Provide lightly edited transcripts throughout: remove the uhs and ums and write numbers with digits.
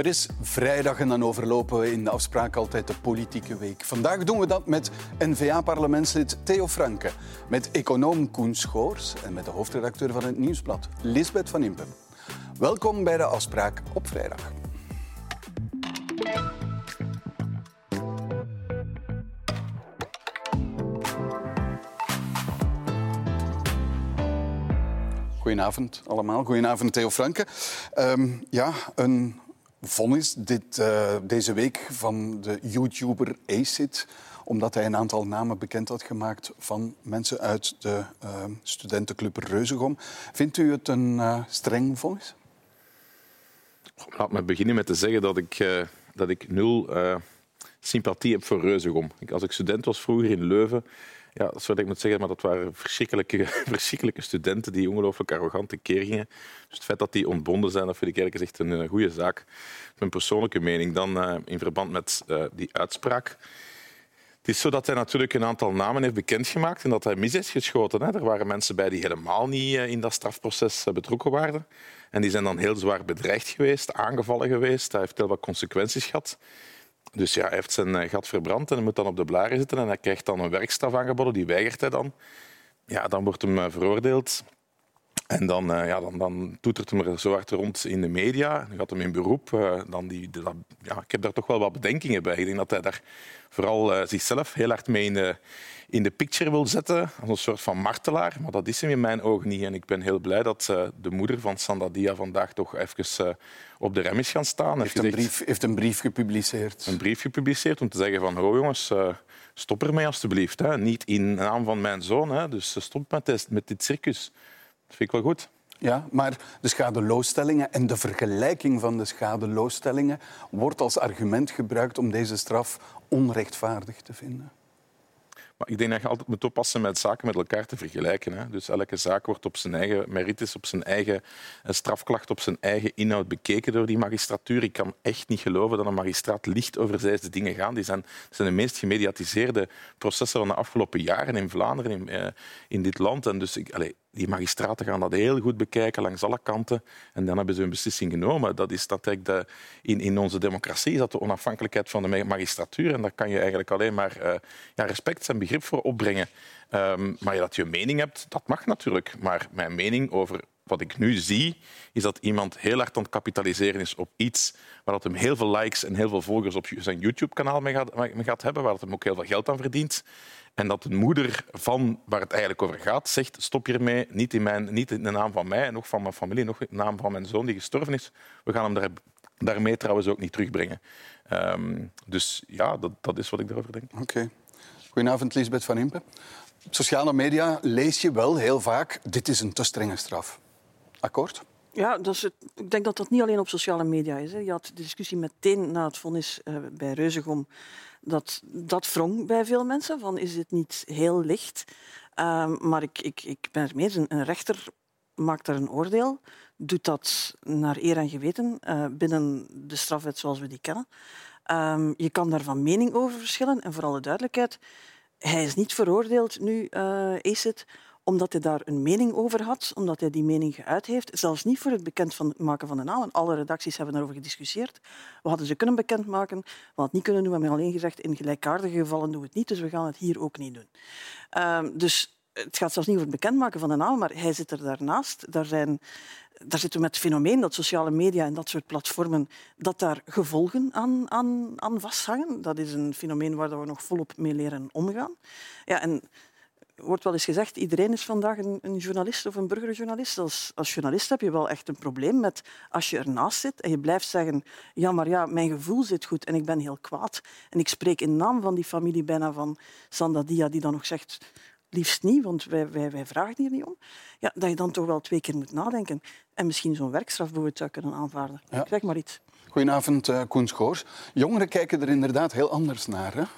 Het is vrijdag en dan overlopen we in de afspraak altijd de politieke week. Vandaag doen we dat met N-VA-parlementslid Theo Franke, met econoom Koen Schoors en met de hoofdredacteur van het Nieuwsblad, Lisbeth Van Impe. Welkom bij de afspraak op vrijdag. Goedenavond allemaal. Goedenavond Theo Franke. Een vonnis deze week van de YouTuber Acid, omdat hij een aantal namen bekend had gemaakt van mensen uit de studentenclub Reuzegom. Vindt u het een streng vonnis? Laat me beginnen met te zeggen dat ik nul sympathie heb voor Reuzegom. Als ik student was vroeger in Leuven, ja, dat is wat ik moet zeggen, maar dat waren verschrikkelijke studenten die ongelooflijk arrogant tekeer gingen. Dus het feit dat die ontbonden zijn, dat vind ik eigenlijk echt een goede zaak. Mijn persoonlijke mening dan in verband met die uitspraak. Het is zo dat hij natuurlijk een aantal namen heeft bekendgemaakt en dat hij mis is geschoten. Hè. Er waren mensen bij die helemaal niet in dat strafproces betrokken waren. En die zijn dan heel zwaar bedreigd geweest, aangevallen geweest. Hij heeft heel wat consequenties gehad. Dus ja, hij heeft zijn gat verbrand en hij moet dan op de blaren zitten en hij krijgt dan een werkstraf aangeboden. Die weigert hij dan. Ja, dan wordt hem veroordeeld. En dan toetert hem er zo hard rond in de media. Dan gaat hem in beroep. Ik heb daar toch wel wat bedenkingen bij. Ik denk dat hij daar vooral zichzelf heel hard mee in de picture wil zetten. Als een soort van martelaar. Maar dat is hem in mijn ogen niet. En ik ben heel blij dat de moeder van Sandadia vandaag toch even op de rem is gaan staan. Heeft een brief gepubliceerd. Een brief gepubliceerd om te zeggen van, oh jongens, stop ermee alstublieft. Hè. Niet in naam van mijn zoon. Hè. Dus stop met dit circus. Dat vind ik wel goed. Ja, maar de schadeloosstellingen en de vergelijking van de schadeloosstellingen wordt als argument gebruikt om deze straf onrechtvaardig te vinden. Maar ik denk dat je altijd moet oppassen met zaken met elkaar te vergelijken. Hè. Dus elke zaak wordt op zijn eigen merites, op zijn eigen strafklacht, op zijn eigen inhoud bekeken door die magistratuur. Ik kan echt niet geloven dat een magistraat licht over deze dingen gaat. Die zijn de meest gemediatiseerde processen van de afgelopen jaren in Vlaanderen, in dit land. En dus die magistraten gaan dat heel goed bekijken langs alle kanten en dan hebben ze een beslissing genomen. Dat is natuurlijk in onze democratie is dat de onafhankelijkheid van de magistratuur en daar kan je eigenlijk alleen maar respect en begrip voor opbrengen. Maar dat je een mening hebt, dat mag natuurlijk. Maar mijn mening over wat ik nu zie, is dat iemand heel hard aan het kapitaliseren is op iets waar dat hem heel veel likes en heel veel volgers op zijn YouTube-kanaal mee gaat hebben, waar dat hem ook heel veel geld aan verdient. En dat de moeder van waar het eigenlijk over gaat zegt, stop hiermee, niet in de naam van mij en nog van mijn familie, nog in de naam van mijn zoon die gestorven is. We gaan hem daarmee trouwens ook niet terugbrengen. Dus ja, dat is wat ik erover denk. Oké. Goedenavond, Lisbeth Van Impe. Op sociale media lees je wel heel vaak, dit is een te strenge straf. Akkoord? Ja, ik denk dat dat niet alleen op sociale media is. Hè. Je had de discussie meteen na het vonnis bij Reuzegom. Dat wrong bij veel mensen. Van, is dit niet heel licht? Maar ik ben het mee eens. Een rechter maakt daar een oordeel. Doet dat naar eer en geweten binnen de strafwet zoals we die kennen. Je kan daar van mening over verschillen. En voor alle duidelijkheid, hij is niet veroordeeld nu, Acid, omdat hij daar een mening over had, omdat hij die mening geuit heeft. Zelfs niet voor het bekendmaken van de naam. Alle redacties hebben daarover gediscussieerd. We hadden ze kunnen bekendmaken. We hadden het niet kunnen doen. We hebben alleen gezegd, in gelijkaardige gevallen doen we het niet. Dus we gaan het hier ook niet doen. Dus het gaat zelfs niet over het bekendmaken van de naam, maar hij zit er daarnaast. Daar zitten we met het fenomeen dat sociale media en dat soort platformen, dat daar gevolgen aan vasthangen. Dat is een fenomeen waar we nog volop mee leren omgaan. Ja, en er wordt wel eens gezegd, iedereen is vandaag een journalist of een burgerjournalist. Als journalist heb je wel echt een probleem met als je ernaast zit en je blijft zeggen, ja, mijn gevoel zit goed en ik ben heel kwaad. En ik spreek in naam van die familie bijna van Sandadia, die dan nog zegt, liefst niet, want wij vragen hier niet om. Ja, dat je dan toch wel 2 keer moet nadenken. En misschien zo'n werkstraf bijvoorbeeld zou kunnen aanvaarden. Ja. Ik zeg maar iets. Goedenavond, Koen Schoors. Jongeren kijken er inderdaad heel anders naar, hè?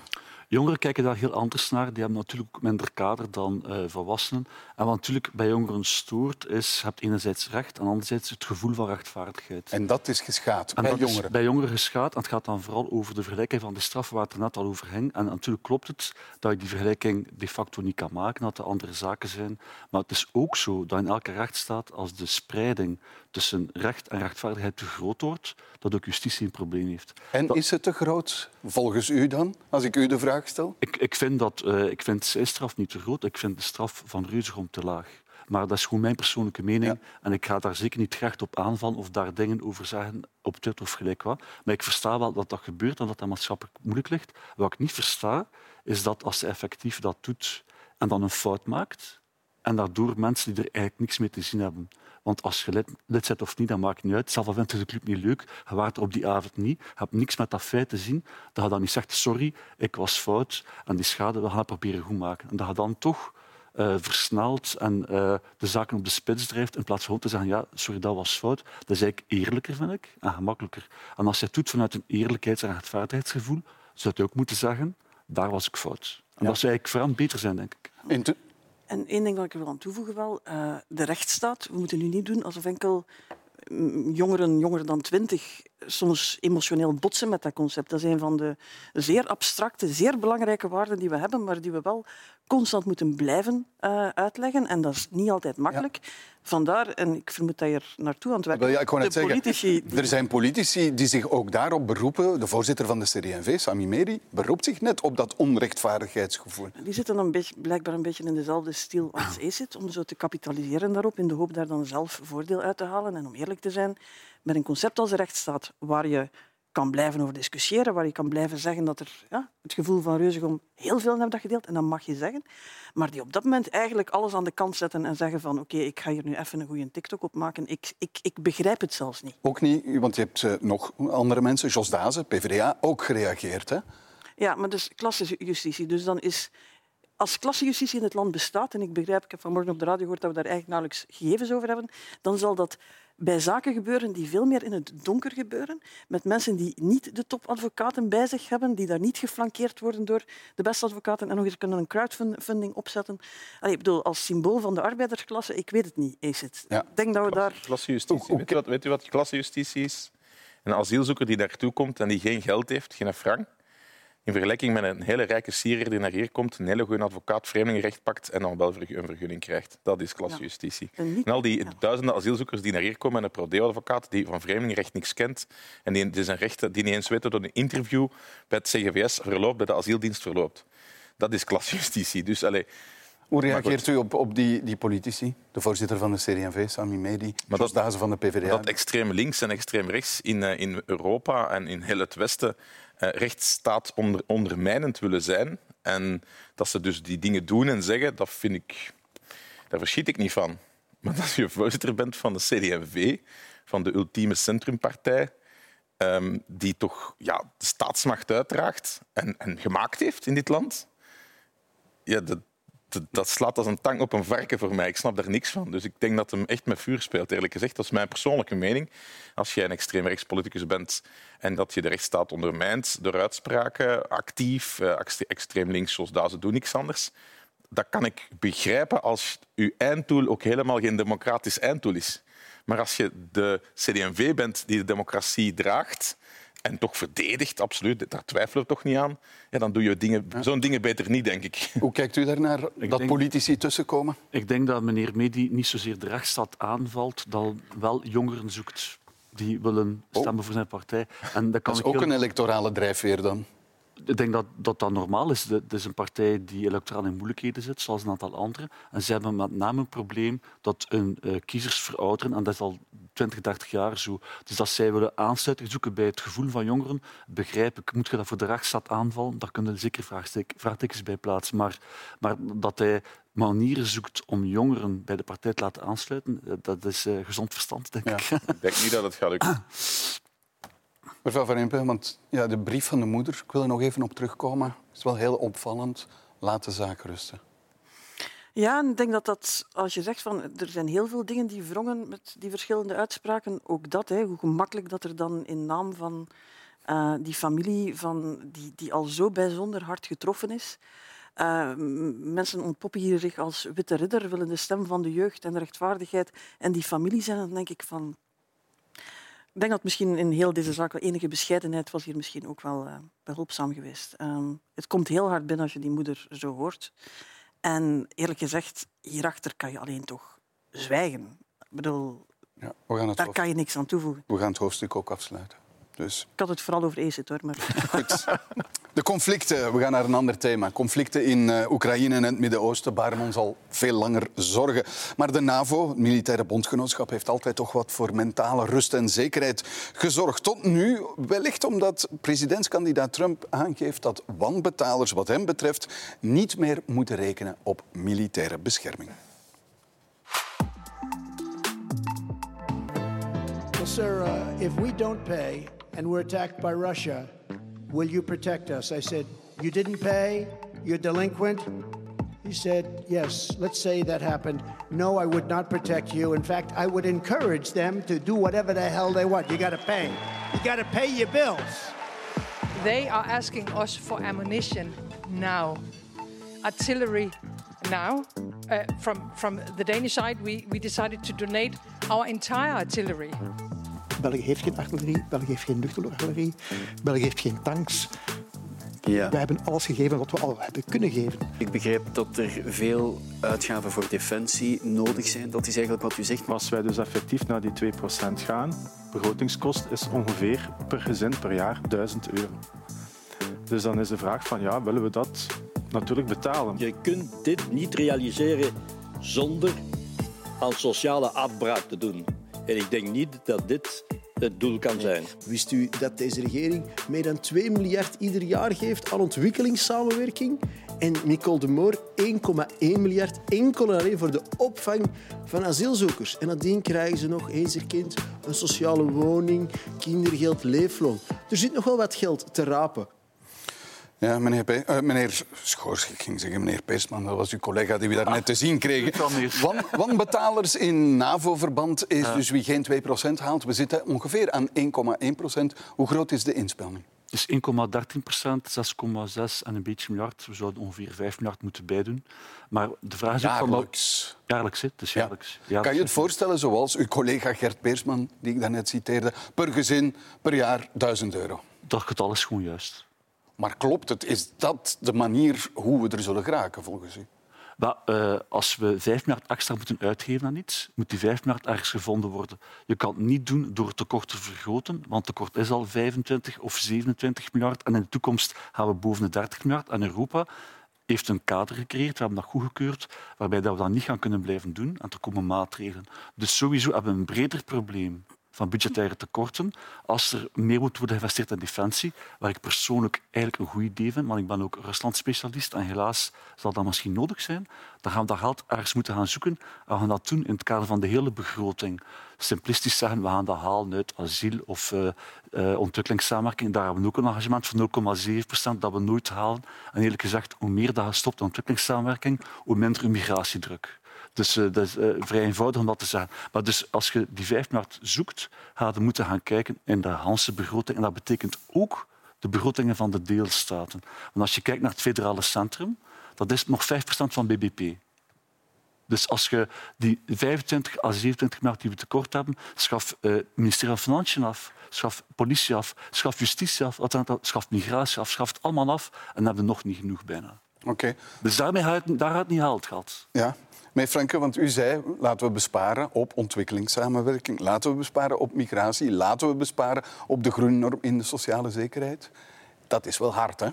Jongeren kijken daar heel anders naar. Die hebben natuurlijk ook minder kader dan volwassenen. En wat natuurlijk bij jongeren stoort, is je hebt enerzijds recht en anderzijds het gevoel van rechtvaardigheid. En dat is geschaad En bij dat jongeren. is bij jongeren geschaad. En het gaat dan vooral over de vergelijking van de straffen waar het er net al over ging. En natuurlijk klopt het dat je die vergelijking de facto niet kan maken, dat er andere zaken zijn. Maar het is ook zo dat in elke rechtsstaat, als de spreiding tussen recht en rechtvaardigheid te groot wordt, dat ook justitie een probleem heeft. En is het te groot, volgens u dan, als ik u de vraag stel? Ik vind zijn straf niet te groot. Ik vind de straf van Reuzegom te laag. Maar dat is gewoon mijn persoonlijke mening. Ja. En ik ga daar zeker niet recht op aanvallen of daar dingen over zeggen op Twitter of gelijk wat. Maar ik versta wel dat dat gebeurt en dat dat maatschappelijk moeilijk ligt. Wat ik niet versta, is dat als ze effectief dat doet en dan een fout maakt en daardoor mensen die er eigenlijk niks mee te zien hebben. Want als je lid zit of niet, dat maakt niet uit. Zelf al vindt je de club niet leuk, je waart er op die avond niet, je hebt niks met dat feit te zien, dat je dan niet zegt, sorry, ik was fout en die schade, we gaan het proberen goed maken. En dat je dan toch versnelt en de zaken op de spits drijft, in plaats van te zeggen, ja, sorry, dat was fout. Dat is eigenlijk eerlijker, vind ik, en gemakkelijker. En als je het doet vanuit een eerlijkheids- en rechtvaardigheidsgevoel, zou je ook moeten zeggen, daar was ik fout. En dat zou eigenlijk vooral beter zijn, denk ik. En één ding dat ik er wil aan toevoegen, wel, de rechtsstaat. We moeten nu niet doen alsof enkel jongeren, jonger dan 20, soms emotioneel botsen met dat concept. Dat is een van de zeer abstracte, zeer belangrijke waarden die we hebben, maar die we wel constant moeten blijven uitleggen. En dat is niet altijd makkelijk. Ja. Vandaar, en ik vermoed dat je er naartoe aan het werken bent. Ja, ik wou net zeggen, er zijn politici die zich ook daarop beroepen. De voorzitter van de CD&V, Sami Medi, beroept zich net op dat onrechtvaardigheidsgevoel. Die zitten dan blijkbaar een beetje in dezelfde stijl als ACID, om zo te kapitaliseren daarop, in de hoop daar dan zelf voordeel uit te halen. En om eerlijk te zijn, met een concept als de rechtsstaat, waar je kan blijven over discussiëren, waar je kan blijven zeggen dat er het gevoel van Reuzegom heel veel hebben dat gedeeld, en dat mag je zeggen, maar die op dat moment eigenlijk alles aan de kant zetten en zeggen van oké, ik ga hier nu even een goede TikTok op maken. Ik begrijp het zelfs niet. Ook niet, want je hebt nog andere mensen, Jos Dazen, PvdA, ook gereageerd, hè? Ja, maar dat is klassejustitie. Dus dan is... Als klassejustitie in het land bestaat, en ik begrijp, ik heb vanmorgen op de radio gehoord dat we daar eigenlijk nauwelijks gegevens over hebben, dan zal dat bij zaken gebeuren die veel meer in het donker gebeuren, met mensen die niet de topadvocaten bij zich hebben, die daar niet geflankeerd worden door de beste advocaten en nog eens kunnen een crowdfunding opzetten. Allee, ik bedoel, als symbool van de arbeidersklasse, ik weet het niet, ACID. Ja. Ik denk dat we daar... Klassejustitie. Weet u wat klassejustitie is? Een asielzoeker die naartoe komt en die geen geld heeft, geen frank, in vergelijking met een hele rijke Syriër die naar hier komt, een hele goede advocaat, vreemdelingenrecht pakt en dan wel een vergunning krijgt. Dat is klassejustitie. Ja. En al die duizenden asielzoekers die naar hier komen en een pro-Deo-advocaat die van vreemdelingenrecht niks kent en die zijn rechten die niet eens weten tot een interview bij het CGVS verloopt, bij de asieldienst verloopt. Dat is klassejustitie. Dus, hoe reageert u op die politici? De voorzitter van de CD&V, Sami Medi, Jos Dazen van de PvdA. Dat extreem links en extreem rechts in Europa en in heel het Westen rechtsstaat ondermijnend willen zijn. En dat ze dus die dingen doen en zeggen, dat vind ik... Daar verschiet ik niet van. Maar als je voorzitter bent van de CD&V, van de ultieme centrumpartij, die toch de staatsmacht uitdraagt en gemaakt heeft in dit land, ja, dat slaat als een tang op een varken voor mij. Ik snap daar niks van. Dus ik denk dat hem echt met vuur speelt, eerlijk gezegd. Dat is mijn persoonlijke mening. Als jij een extreemrechtspoliticus bent en dat je de rechtsstaat ondermijnt door uitspraken, actief, extreem links, zoals Dazen doen niks anders, dat kan ik begrijpen als uw einddoel ook helemaal geen democratisch einddoel is. Maar als je de CD&V bent die de democratie draagt en toch verdedigt, absoluut, daar twijfelen we toch niet aan, ja, dan doe je zo'n dingen beter niet, denk ik. Hoe kijkt u daarnaar, dat politici tussenkomen? Ik denk dat meneer Medi niet zozeer de rechtsstaat aanvalt, dat wel jongeren zoekt die willen stemmen voor zijn partij. En dat is ook een electorale drijfveer dan? Ik denk dat dat normaal is. Het is een partij die electoraal in moeilijkheden zit, zoals een aantal anderen. En ze hebben met name een probleem dat hun kiezers verouderen. En dat is al 20, 30 jaar zo. Dus dat zij willen aansluiting zoeken bij het gevoel van jongeren, begrijp ik. Moet je dat voor de rechtsstaat aanvallen? Daar kunnen zeker vraagtekens bij plaatsen. Maar dat hij manieren zoekt om jongeren bij de partij te laten aansluiten, dat is gezond verstand, denk ik. Ik denk niet dat het gaat lukken. Mevrouw Van Impe, want de brief van de moeder, ik wil er nog even op terugkomen. Het is wel heel opvallend. Laat de zaak rusten. Ja, en ik denk dat als je zegt van er zijn heel veel dingen die wrongen met die verschillende uitspraken, ook dat, hoe gemakkelijk dat er dan in naam van Die familie die al zo bijzonder hard getroffen is. Mensen ontpoppen hier zich als witte ridder, willen de stem van de jeugd en de rechtvaardigheid en die familie zijn. Dan denk ik van... Ik denk dat misschien in heel deze zaak enige bescheidenheid was hier misschien ook wel behulpzaam geweest. Het komt heel hard binnen als je die moeder zo hoort. En eerlijk gezegd, hierachter kan je alleen toch zwijgen. Ik bedoel, Ja, daar kan je niks aan toevoegen. We gaan het hoofdstuk ook afsluiten. Dus... Ik had het vooral over ACID, hoor. Maar... Goed. De conflicten, we gaan naar een ander thema. Conflicten in Oekraïne en het Midden-Oosten baren ons al veel langer zorgen. Maar de NAVO, het militaire bondgenootschap, heeft altijd toch wat voor mentale rust en zekerheid gezorgd. Tot nu, wellicht omdat presidentskandidaat Trump aangeeft dat wanbetalers wat hem betreft niet meer moeten rekenen op militaire bescherming. Well, sir, if we don't pay and we're attacked by Russia, will you protect us? I said, you didn't pay? You're delinquent? He said, yes, let's say that happened. No, I would not protect you. In fact, I would encourage them to do whatever the hell they want. You got to pay. You got to pay your bills. They are asking us for ammunition now, artillery now. From the Danish side, we decided to donate our entire artillery. België heeft geen artillerie, België heeft geen luchtartillerie, België heeft geen tanks. Ja. Wij hebben alles gegeven wat we al hebben kunnen geven. Ik begrijp dat er veel uitgaven voor defensie nodig zijn. Dat is eigenlijk wat u zegt. Als wij dus effectief naar die 2% gaan, begrotingskost is ongeveer per gezin per jaar €1000. Dus dan is de vraag van, ja, willen we dat natuurlijk betalen? Je kunt dit niet realiseren zonder aan sociale afbraak te doen. En ik denk niet dat dit het doel kan zijn. Wist u dat deze regering meer dan 2 miljard ieder jaar geeft aan ontwikkelingssamenwerking? En Nicole de Moor 1,1 miljard enkel en alleen voor de opvang van asielzoekers. En nadien krijgen ze nog eens erkend een sociale woning, kindergeld, leefloon. Er zit nog wel wat geld te rapen. Ja, meneer Schoors, ik ging zeggen meneer Peersman, dat was uw collega die we daar net te zien kregen. Wanbetalers in NAVO-verband is dus wie geen 2% haalt. We zitten ongeveer aan 1,1%. Hoe groot is de inspanning? Dus 1,13%, 6,6 en een beetje miljard. We zouden ongeveer 5 miljard moeten bijdoen. Maar de vraag is jaarlijks. Jaarlijks, hè? Dus jaarlijks. Ja. Kan je het voorstellen zoals uw collega Gert Peersman, die ik daarnet citeerde, per gezin per jaar €1000? Dat getal is gewoon juist. Maar klopt het? Is dat de manier hoe we er zullen geraken, volgens u? Als we 5 miljard extra moeten uitgeven aan iets, moet die 5 miljard ergens gevonden worden. Je kan het niet doen door het tekort te vergroten, want het tekort is al 25 of 27 miljard. En in de toekomst gaan we boven de 30 miljard. En Europa heeft een kader gecreëerd, we hebben dat goedgekeurd, waarbij we dat niet gaan kunnen blijven doen. En er komen maatregelen. Dus sowieso hebben we een breder probleem van budgettaire tekorten. Als er meer moet worden geïnvesteerd in defensie, waar ik persoonlijk eigenlijk een goed idee vind, want ik ben ook Rusland-specialist en helaas zal dat misschien nodig zijn, dan gaan we dat geld ergens moeten gaan zoeken. En we gaan dat doen in het kader van de hele begroting. Simplistisch zeggen, we gaan dat halen uit asiel of ontwikkelingssamenwerking. Daar hebben we ook een engagement van 0,7% dat we nooit halen. En eerlijk gezegd, hoe meer dat je stopt in ontwikkelingssamenwerking, hoe minder migratiedruk. Dus dat is vrij eenvoudig om dat te zeggen. Maar dus als je die 5 miljard zoekt, ga je moeten gaan kijken in de Hanse begroting. En dat betekent ook de begrotingen van de deelstaten. Want als je kijkt naar het federale centrum, dat is nog 5% van BBP. Dus als je die 25 à 27 miljard die we tekort hebben, schaf het ministerie van Financiën af, schaf politie af, schaf justitie af, schaf migratie af, schaf het allemaal af en dan hebben we nog niet genoeg bijna. Okay. Dus daar gaat het niet haalt gehad. Ja. Meneer Franke, want u zei, laten we besparen op ontwikkelingssamenwerking, laten we besparen op migratie, laten we besparen op de groennorm in de sociale zekerheid. Dat is wel hard, hè?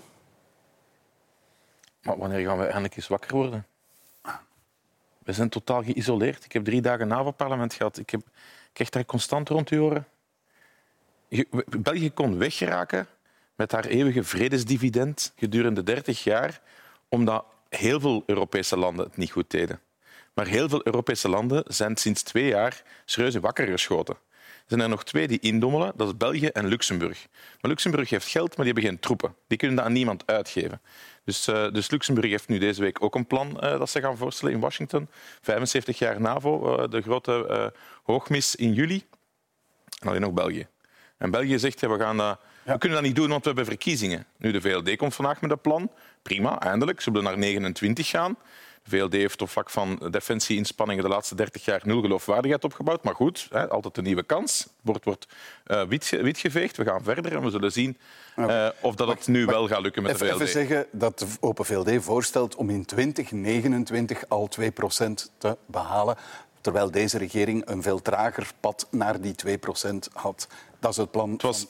Maar wanneer gaan we eindelijk eens wakker worden? We zijn totaal geïsoleerd. Ik heb 3 dagen NAVO-parlement gehad. Ik krijg daar constant rond te horen. België kon weggeraken met haar eeuwige vredesdividend gedurende 30 jaar, omdat heel veel Europese landen het niet goed deden. Maar heel veel Europese landen zijn sinds 2 jaar serieus wakker geschoten. Er zijn er nog 2 die indommelen, dat is België en Luxemburg. Maar Luxemburg heeft geld, maar die hebben geen troepen. Die kunnen dat aan niemand uitgeven. Dus Luxemburg heeft nu deze week ook een plan dat ze gaan voorstellen in Washington. 75 jaar NAVO, de grote hoogmis in juli. En alleen nog België. En België zegt, we gaan We kunnen dat niet doen, want we hebben verkiezingen. Nu, de VLD komt vandaag met een plan. Prima, eindelijk. Ze willen naar 29 gaan. De VLD heeft op vlak van defensie-inspanningen de laatste 30 jaar 0 geloofwaardigheid opgebouwd. Maar goed, altijd een nieuwe kans. Het bord wordt witgeveegd. We gaan verder en we zullen zien of dat het nu wel gaat lukken met de VLD. Even zeggen dat de Open VLD voorstelt om in 2029 al 2% te behalen. Terwijl deze regering een veel trager pad naar die 2% had. Dat is het plan.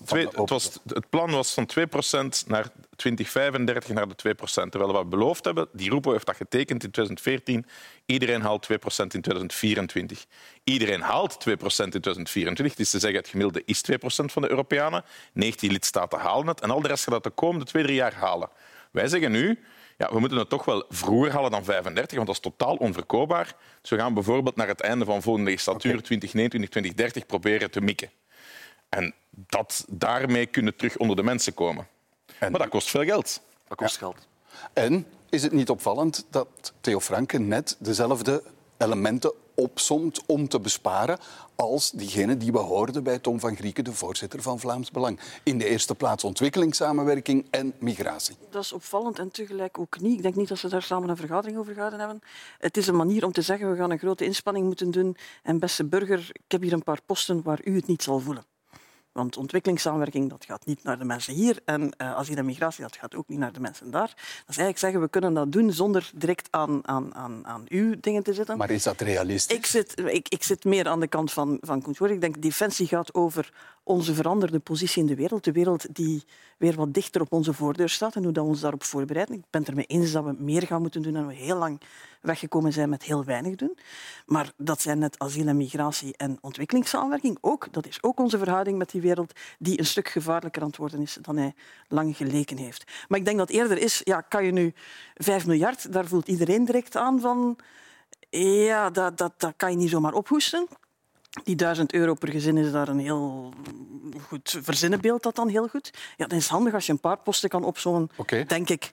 Het plan was van 2% naar 2035 naar de 2%. Terwijl we beloofd hebben, die Rupo heeft dat getekend in 2014. Iedereen haalt 2% in 2024. Iedereen haalt 2% in 2024. Het is te zeggen, het gemiddelde is 2% van de Europeanen. 19 lidstaten halen het. En al de rest gaat dat de komende 2-3 jaar halen. Wij zeggen nu, we moeten het toch wel vroeger halen dan 35, want dat is totaal onverkoopbaar. Dus we gaan bijvoorbeeld naar het einde van volgende legislatuur, 2029, 2030, proberen te mikken. En daarmee kunnen terug onder de mensen komen. Maar dat kost veel geld. Dat kost geld. En is het niet opvallend dat Theo Franke net dezelfde elementen opsomt om te besparen als diegene die we hoorden bij Tom van Grieken, de voorzitter van Vlaams Belang. In de eerste plaats ontwikkelingssamenwerking en migratie. Dat is opvallend en tegelijk ook niet. Ik denk niet dat ze daar samen een vergadering over gaan hebben. Het is een manier om te zeggen, we gaan een grote inspanning moeten doen en beste burger, ik heb hier een paar posten waar u het niet zal voelen. Want ontwikkelingssamenwerking, dat gaat niet naar de mensen hier. En asiel en migratie, dat gaat ook niet naar de mensen daar. Dat is eigenlijk zeggen, we kunnen dat doen zonder direct aan uw dingen te zitten. Maar is dat realistisch? Ik zit meer aan de kant van Koen Schoor. Ik denk, defensie gaat over onze veranderde positie in de wereld. De wereld die weer wat dichter op onze voordeur staat en hoe dat we ons daarop voorbereiden. Ik ben het ermee eens dat we meer gaan moeten doen dan we heel lang weggekomen zijn met heel weinig doen. Maar dat zijn net asiel en migratie en ontwikkelingssamenwerking ook. Dat is ook onze verhouding met die wereld die een stuk gevaarlijker aan het worden is dan hij lang geleken heeft. Maar ik denk dat eerder is, kan je nu 5 miljard, daar voelt iedereen direct aan van, dat kan je niet zomaar ophoesten. Die €1000 per gezin is daar een heel goed verzinnen beeld, dat dan heel goed. Ja, dat is handig als je een paar posten kan opzommen, denk ik,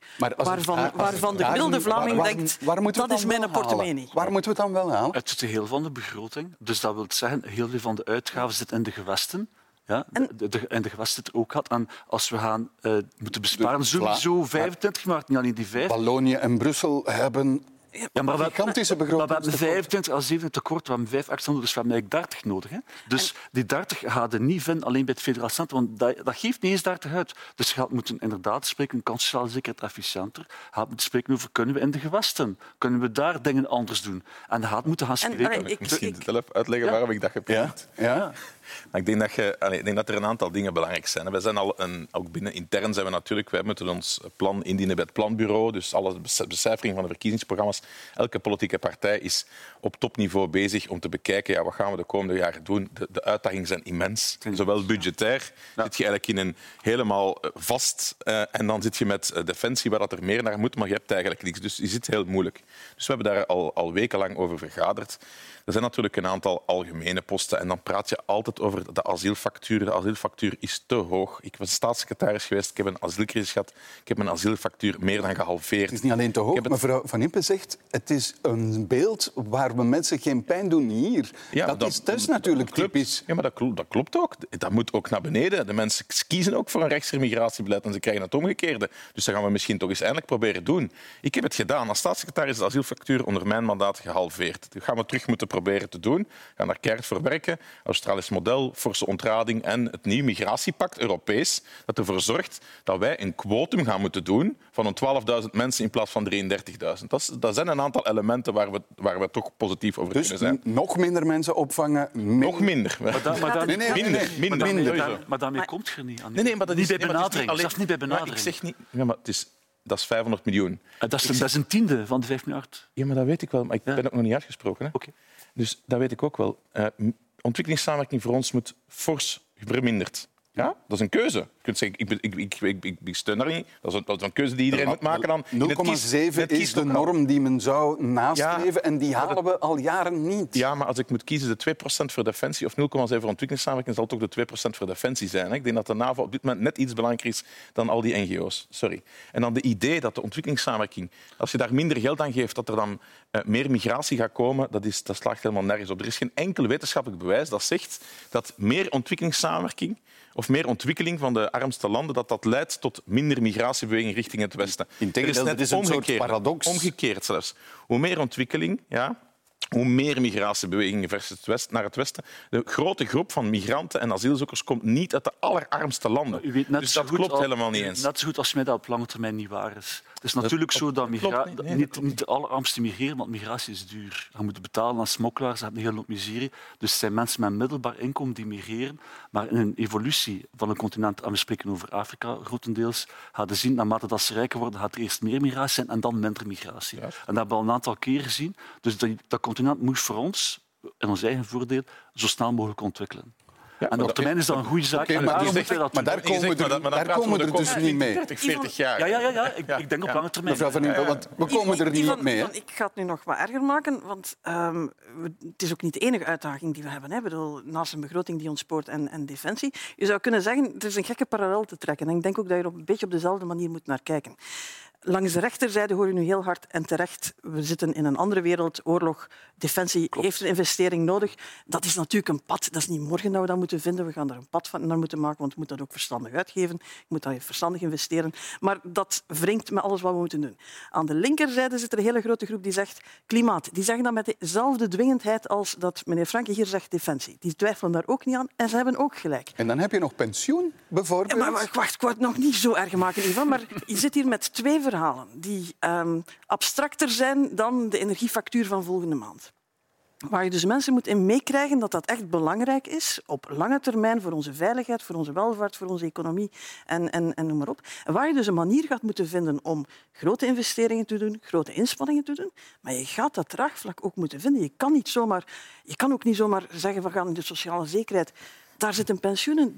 waarvan de gemiddelde Vlaming denkt, dat is mijn portemonnee. Waar moeten we het dan wel halen? Het geheel van de begroting. Dus dat wil zeggen, heel veel van de uitgaven zit in de gewesten. Ja, en de gewesten het ook had. En als we gaan moeten besparen, sowieso 25, maar niet alleen die 5. Wallonië en Brussel hebben... Ja, maar gigantische begroting. We hebben 25 à 27 tekort, we hebben 5 extra nodig, dus we hebben eigenlijk 30 nodig. Hè. Dus die 30 gaat er niet vinden alleen bij het federaal centrum, want dat geeft niet eens 30 uit. Dus je moet inderdaad spreken, kan sociale zekerheid efficiënter. Je gaat moeten spreken over, kunnen we in de gewesten? Kunnen we daar dingen anders doen? En je gaat moeten gaan spreken. Kan ik misschien zelf uitleggen waarom ik dat heb gedaan? Ja. Maar ik denk dat er een aantal dingen belangrijk zijn. We zijn ook binnen intern zijn we natuurlijk, wij moeten ons plan indienen bij het planbureau, dus alle becijfering van de verkiezingsprogramma's. Elke politieke partij is op topniveau bezig om te bekijken, wat gaan we de komende jaren doen. De uitdagingen zijn immens. Zowel budgetair, zit je eigenlijk in een helemaal vast en dan zit je met defensie waar dat er meer naar moet, maar je hebt eigenlijk niks. Dus je zit heel moeilijk. Dus we hebben daar al wekenlang over vergaderd. Er zijn natuurlijk een aantal algemene posten en dan praat je altijd over de asielfactuur. De asielfactuur is te hoog. Ik was staatssecretaris geweest, ik heb een asielcrisis gehad. Ik heb mijn asielfactuur meer dan gehalveerd. Het is niet alleen te hoog, mevrouw Van Impe zegt, het is een beeld waar we mensen geen pijn doen hier. Ja, dat is natuurlijk typisch. Ja, maar dat klopt ook. Dat moet ook naar beneden. De mensen kiezen ook voor een rechtser migratiebeleid en ze krijgen het omgekeerde. Dus dat gaan we misschien toch eens eindelijk proberen doen. Ik heb het gedaan. Als staatssecretaris is de asielfactuur onder mijn mandaat gehalveerd. Dat gaan we terug moeten proberen te doen. We gaan daar keihard voor werken. Australisch model, forse ontrading en het nieuwe migratiepact Europees dat ervoor zorgt dat wij een quotum gaan moeten doen van 12.000 mensen in plaats van 33.000. Dat zijn een aantal elementen waar we toch positief over kunnen zijn. Dus nog minder mensen opvangen? Nog minder. Maar daarmee komt je niet aan. Nee, maar dat niet is bij benadering. Zelfs niet bij benadering. Ik zeg niet... Ja, maar dat is 500 miljoen. Dat is een tiende van de 5 miljard. Ja, maar dat weet ik wel. Maar ik ben ook nog niet uitgesproken. Hè? Okay. Dus dat weet ik ook wel. Ontwikkelingssamenwerking voor ons moet fors verminderd. Ja? Dat is een keuze. Je kunt zeggen, ik steun daar niet. Dat is een keuze die iedereen moet maken. Dan 0,7 is de norm die men zou nastreven en die halen we al jaren niet. Ja, maar als ik moet kiezen de 2% voor defensie of 0,7 voor ontwikkelingssamenwerking, zal het ook de 2% voor defensie zijn. Ik denk dat de NAVO op dit moment net iets belangrijker is dan al die NGO's. Sorry. En dan de idee dat de ontwikkelingssamenwerking, als je daar minder geld aan geeft, dat er dan meer migratie gaat komen, dat slaagt helemaal nergens op. Er is geen enkel wetenschappelijk bewijs dat zegt dat meer ontwikkelingssamenwerking of of meer ontwikkeling van de armste landen, dat leidt tot minder migratiebeweging richting het Westen. Integendeel, dat is een soort paradox. Omgekeerd zelfs. Hoe meer ontwikkeling, hoe meer migratiebewegingen naar het Westen. De grote groep van migranten en asielzoekers komt niet uit de allerarmste landen. U weet net dus dat klopt helemaal niet eens. Net zo goed als mij dat op lange termijn niet waar is. Het is natuurlijk zo dat niet de allerarmsten migreren, want migratie is duur. Je moet betalen aan smokkelaars, je hebt een hele hoop miserie. Dus het zijn mensen met middelbaar inkomen die migreren. Maar in een evolutie van een continent, en we spreken over Afrika grotendeels, gaan we zien, naarmate dat ze rijker worden, gaat er eerst meer migratie zijn en dan minder migratie. En dat hebben we al een aantal keer gezien. Dus dat continent moet voor ons, in ons eigen voordeel, zo snel mogelijk ontwikkelen. Ja, en op termijn is dat een goede zaak. Okay, maar daar komen we er dus niet mee. 30, 40 jaar. Ja. Ik denk op lange termijn. Mevrouw Van Impe, want we komen er niet mee. Ik ga het nu nog wat erger maken, want het is ook niet de enige uitdaging die we hebben. Ik bedoel, naast een begroting die ons spoort en defensie. Je zou kunnen zeggen, er is een gekke parallel te trekken. En ik denk ook dat je er een beetje op dezelfde manier moet naar kijken. Langs de rechterzijde hoor je nu heel hard en terecht, we zitten in een andere wereld, oorlog, defensie heeft een investering nodig. Dat is natuurlijk een pad, dat is niet morgen dat we dat moeten vinden. We gaan er een pad van naar moeten maken, want we moeten dat ook verstandig uitgeven. Je moet dat verstandig investeren. Maar dat wringt met alles wat we moeten doen. Aan de linkerzijde zit er een hele grote groep die zegt klimaat. Die zeggen dat met dezelfde dwingendheid als dat meneer Franke hier zegt defensie. Die twijfelen daar ook niet aan en ze hebben ook gelijk. En dan heb je nog pensioen, bijvoorbeeld? Ja, maar wacht, ik wou het nog niet zo erg maken, Ivan, maar je zit hier met twee verhalen die abstracter zijn dan de energiefactuur van volgende maand. Waar je dus mensen moet in meekrijgen dat dat echt belangrijk is op lange termijn voor onze veiligheid, voor onze welvaart, voor onze economie en noem maar op. En waar je dus een manier gaat moeten vinden om grote investeringen te doen, grote inspanningen te doen, maar je gaat dat draagvlak ook moeten vinden. Je kan ook niet zomaar zeggen we gaan in de sociale zekerheid. Daar zitten pensioenen.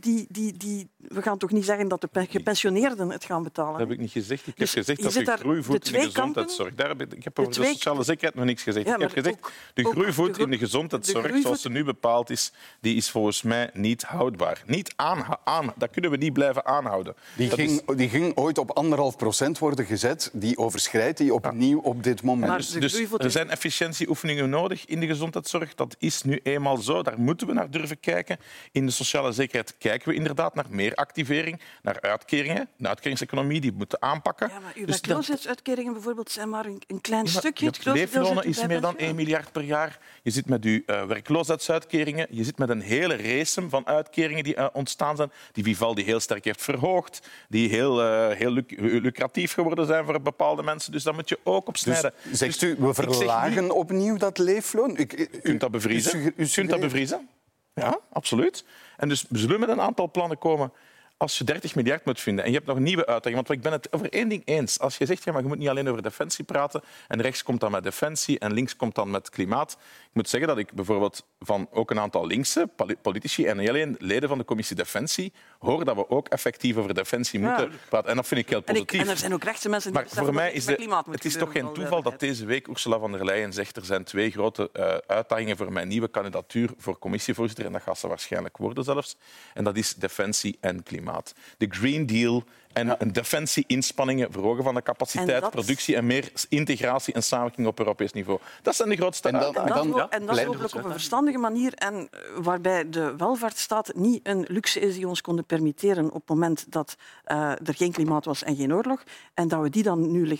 We gaan toch niet zeggen dat de gepensioneerden het gaan betalen? Dat heb ik niet gezegd. Ik heb gezegd dat de groeivoet in de gezondheidszorg... Ik heb over de sociale zekerheid nog niks gezegd. Ik heb gezegd, de groeivoet in de gezondheidszorg, zoals ze nu bepaald is, die is volgens mij niet houdbaar. Niet dat kunnen we niet blijven aanhouden. Die ging ooit op 1,5% worden gezet. Die overschrijdt die opnieuw op dit moment. Dus er zijn efficiëntieoefeningen nodig in de gezondheidszorg. Dat is nu eenmaal zo. Daar moeten we naar durven kijken. In de sociale zekerheid kijken we inderdaad naar meer activering, naar uitkeringen, een uitkeringseconomie die we moeten aanpakken. Ja, maar uw werkloosheidsuitkeringen bijvoorbeeld zijn maar een klein stukje. Het leeflonen is meer dan 1 miljard per jaar. Je zit met uw werkloosheidsuitkeringen, je zit met een hele race van uitkeringen die ontstaan zijn, die Vivaldi heel sterk heeft verhoogd, die heel lucratief geworden zijn voor bepaalde mensen. Dus daar moet je ook op snijden. Dus zegt u, we verlagen opnieuw dat leefloon? U kunt dat bevriezen. Ja, absoluut. En dus we zullen met een aantal plannen komen als je 30 miljard moet vinden en je hebt nog nieuwe uitdagingen. Want ik ben het over één ding eens. Als je zegt, ja, maar je moet niet alleen over defensie praten en rechts komt dan met defensie en links komt dan met klimaat. Ik moet zeggen dat ik bijvoorbeeld van ook een aantal linkse politici en niet alleen leden van de commissie Defensie hoor dat we ook effectief over defensie moeten praten. En dat vind ik heel positief. En er zijn ook rechtse mensen die voor mij is klimaat het is toch geen toeval dat deze week Ursula von der Leyen zegt er zijn 2 grote uitdagingen voor mijn nieuwe kandidatuur voor commissievoorzitter. En dat gaat ze waarschijnlijk worden zelfs. En dat is defensie en klimaat. De Green Deal en defensie-inspanningen, verhogen van de capaciteit, productie en meer integratie en samenwerking op Europees niveau. Dat zijn de grootste uitdagingen. En dat hopelijk op een verstandige manier en waarbij de welvaartsstaat niet een luxe is die ons konden permitteren op het moment dat er geen klimaat was en geen oorlog. En dat we die dan nu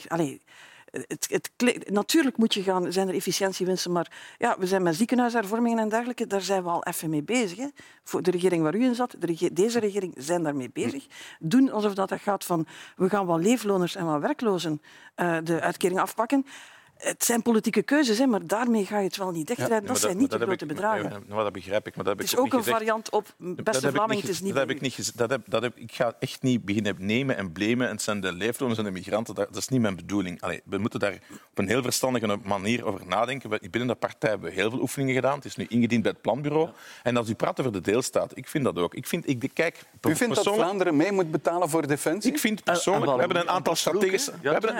natuurlijk zijn er efficiëntiewinsten, maar ja, we zijn met ziekenhuishervormingen en dergelijke, daar zijn we al even mee bezig. Hè. Voor de regering waar u in zat, deze regering zijn daarmee bezig. Doen alsof dat gaat van we gaan wat leefloners en wat werklozen de uitkering afpakken. Het zijn politieke keuzes, hè, maar daarmee ga je het wel niet dichtrijden. Dat zijn niet de grote bedragen. Dat begrijp ik. Maar dat heb het is ook een variant op beste Vlaming, het is niet... Ik ga echt niet beginnen nemen en blamen. Het zijn de leefloners en de migranten. Dat is niet mijn bedoeling. We moeten daar op een heel verstandige manier over nadenken. Binnen de partij hebben we heel veel oefeningen gedaan. Het is nu ingediend bij het planbureau. En als u praat over de deelstaat, ik vind dat ook. U vindt dat Vlaanderen mee moet betalen voor defensie? Ik vind persoonlijk... We hebben een aantal strategische...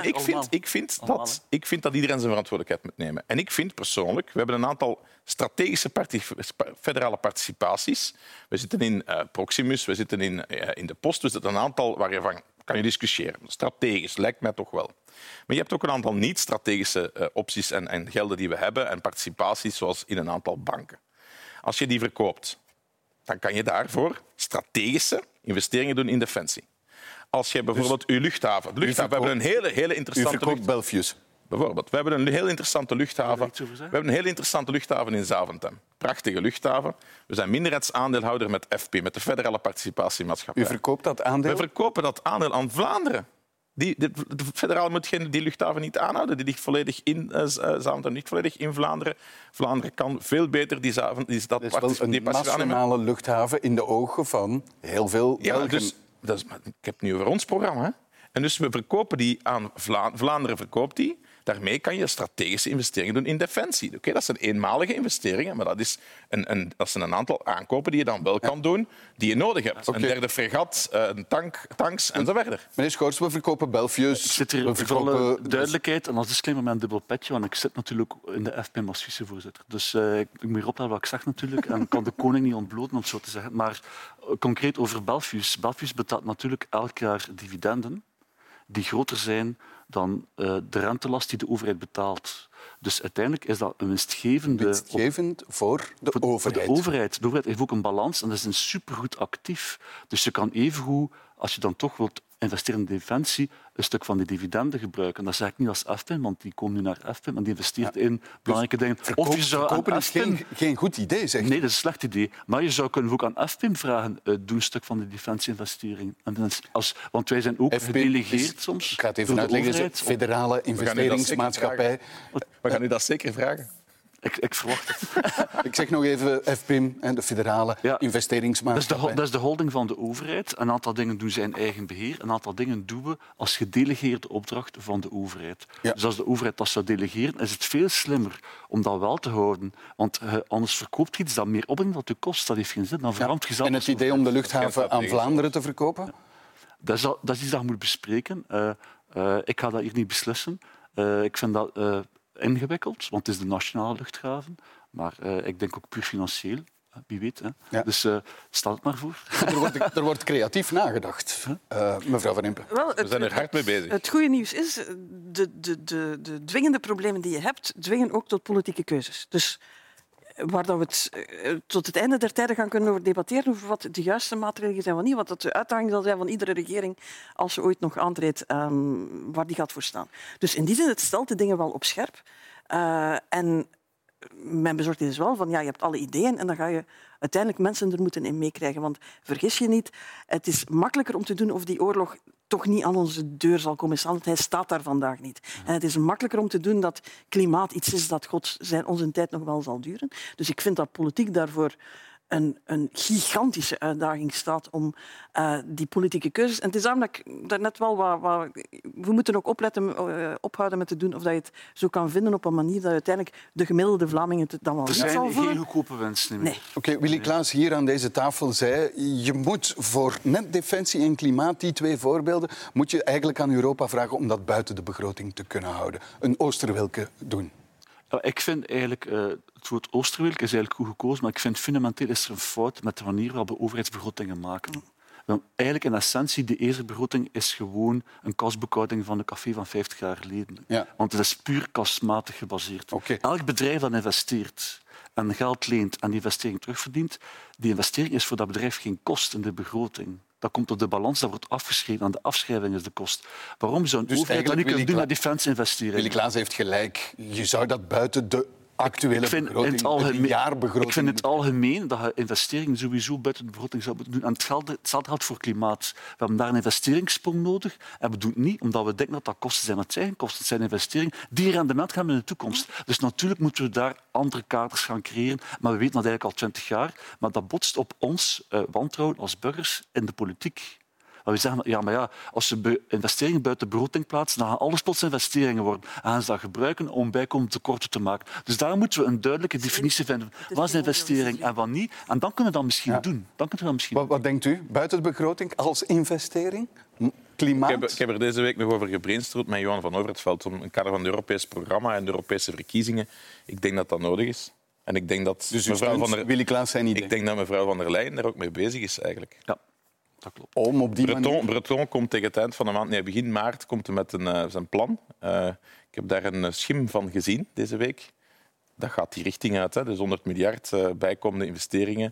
Ik vind dat iedereen zijn verantwoordelijkheid moet nemen. En ik vind persoonlijk, we hebben een aantal strategische federale participaties. We zitten in Proximus, we zitten in de Post, we zitten een aantal waar je van kan discussiëren. Strategisch, lijkt mij toch wel. Maar je hebt ook een aantal niet-strategische opties en gelden die we hebben en participaties, zoals in een aantal banken. Als je die verkoopt dan kan je daarvoor strategische investeringen doen in defensie. Als je bijvoorbeeld uw luchthaven... we hebben een hele interessante... U verkoopt Belfius. Bijvoorbeeld. We hebben een heel interessante luchthaven. We hebben een heel interessante luchthaven in Zaventem. Prachtige luchthaven. We zijn minderheidsaandeelhouder met FP, met de Federale Participatiemaatschappij. U verkoopt dat aandeel? We verkopen dat aandeel aan Vlaanderen. De federale moet die luchthaven niet aanhouden. Die ligt volledig in Zaventem, niet volledig in Vlaanderen. Vlaanderen kan veel beter die stad... Het is wel een nationale luchthaven in de ogen van heel veel Belgen. Ik heb het nu over ons programma. Hè? En dus we verkopen die aan Vlaanderen. Verkoopt die. Daarmee kan je strategische investeringen doen in defensie. Oké, dat zijn eenmalige investeringen, maar dat zijn een aantal aankopen die je dan wel kan doen, die je nodig hebt. Een derde fregat, een tanks en zo verder. Meneer Schoors, we verkopen Belfius. Ik zit hier voor alle duidelijkheid, en als disclaimer met een dubbel petje, want ik zit natuurlijk in de FP als vicevoorzitter. Dus ik moet hier opletten wat ik zeg natuurlijk, en ik kan de koning niet ontbloten, om het zo te zeggen. Maar concreet over Belfius. Belfius betaalt natuurlijk elk jaar dividenden die groter zijn dan de rentelast die de overheid betaalt. Dus uiteindelijk is dat een winstgevende... Winstgevend voor de overheid. De overheid heeft ook een balans en dat is een supergoed actief. Dus je kan evengoed, als je dan toch wilt investeren in defensie, een stuk van die dividenden gebruiken. Dat zeg ik niet als FPIM, want die komen nu naar FPIM en die investeert in belangrijke dingen. Of je zou verkopen is geen goed idee, zeg. Nee, dat is een slecht idee. Maar je zou kunnen ook aan FPIM vragen, doe een stuk van de defensie-investering. Want wij zijn ook gedelegeerd soms. Ik ga het even uitleggen. De federale investeringsmaatschappij. We gaan u dat zeker vragen. Ik verwacht het. Ik zeg nog even FPIM, de federale investeringsmaatschappij. Dat is de holding van de overheid. Een aantal dingen doen zij in eigen beheer. Een aantal dingen doen we als gedelegeerde opdracht van de overheid. Ja. Dus als de overheid dat zou delegeren, is het veel slimmer om dat wel te houden. Want anders verkoopt je iets dat meer opbrengt dan het kost. Dat heeft geen zin. Dan verandert je zelf. En het idee om de luchthaven aan Vlaanderen te verkopen? Ja. Dat is iets dat je moet bespreken. Ik ga dat hier niet beslissen. Ik vind dat... ingewikkeld, want het is de nationale luchthaven. Maar ik denk ook puur financieel. Wie weet. Hè. Ja. Dus stel het maar voor. Er wordt creatief nagedacht, mevrouw Van Impe. We zijn er hard mee bezig. Het goede nieuws is, de dwingende problemen die je hebt, dwingen ook tot politieke keuzes. Dus waar dat we het tot het einde der tijden gaan kunnen over debatteren over wat de juiste maatregelen zijn, wat niet, wat dat de uitdaging zal zijn van iedere regering als ze ooit nog aantreedt, waar die gaat voor staan. Dus in die zin, het stelt de dingen wel op scherp. En mijn bezorgdheid is wel van, ja, je hebt alle ideeën en dan ga je uiteindelijk mensen er moeten in meekrijgen. Want vergis je niet, het is makkelijker om te doen of die oorlog toch niet aan onze deur zal komen staan, want hij staat daar vandaag niet. En het is makkelijker om te doen dat klimaat iets is dat onze tijd nog wel zal duren. Dus ik vind dat politiek daarvoor een gigantische uitdaging staat om die politieke keuzes... En het is daarom dat ik daarnet wel we moeten ook ophouden met te doen of dat je het zo kan vinden op een manier dat uiteindelijk de gemiddelde Vlamingen het dan wel niet zal voelen. Er zijn geen goedkope wensen meer. Oké, Willy Klaas hier aan deze tafel zei, je moet voor net defensie en klimaat, die twee voorbeelden, moet je eigenlijk aan Europa vragen om dat buiten de begroting te kunnen houden. Een Oosterwelke doen. Ja, ik vind eigenlijk... Het woord Oosterwelk is eigenlijk goed gekozen, maar ik vind fundamenteel is er een fout met de manier waarop we overheidsbegrotingen maken. Want eigenlijk in essentie, de eerste begroting is gewoon een kasboekhouding van een café van 50 jaar geleden. Ja. Want het is puur kasmatig gebaseerd. Okay. Elk bedrijf dat investeert en geld leent en die investering terugverdient, die investering is voor dat bedrijf geen kost in de begroting. Dat komt op de balans, dat wordt afgeschreven. En de afschrijving is de kost. Waarom zou een overheid dat niet kunnen doen naar defensie-investeringen? Willy Klaas heeft gelijk. Je zou dat buiten de actuele begroting, de jaarbegroting... Ik vind in het algemeen dat je investeringen sowieso buiten de begroting zou moeten doen. En hetzelfde geldt voor klimaat. We hebben daar een investeringssprong nodig. En we doen het niet omdat we denken dat dat kosten zijn. Het zijn geen kosten, het zijn investeringen die rendement gaan in de toekomst. Dus natuurlijk moeten we daar andere kaders gaan creëren. Maar we weten dat eigenlijk al 20 jaar. Maar dat botst op ons wantrouwen als burgers in de politiek. Maar we zeggen, als ze investeringen buiten de begroting plaatsen, dan gaan alles plots investeringen worden. En gaan ze dat gebruiken om bijkomende tekorten te maken. Dus daar moeten we een duidelijke definitie vinden. Wat is investering en wat niet? En dan kunnen we dat misschien doen. Wat denkt u? Buiten de begroting als investering? Klimaat? Ik heb er deze week nog over gebrainstormd met Johan van Overtveld om een kader van het Europees programma en de Europese verkiezingen. Ik denk dat dat nodig is. En ik denk dat Willy Klaas zijn idee. Ik denk dat mevrouw van der Leyen daar ook mee bezig is eigenlijk. Ja. Dat klopt. Breton komt tegen het eind van de maand, begin maart, komt hij met zijn plan. Ik heb daar een schim van gezien deze week. Dat gaat die richting uit. Hè. Dus 100 miljard bijkomende investeringen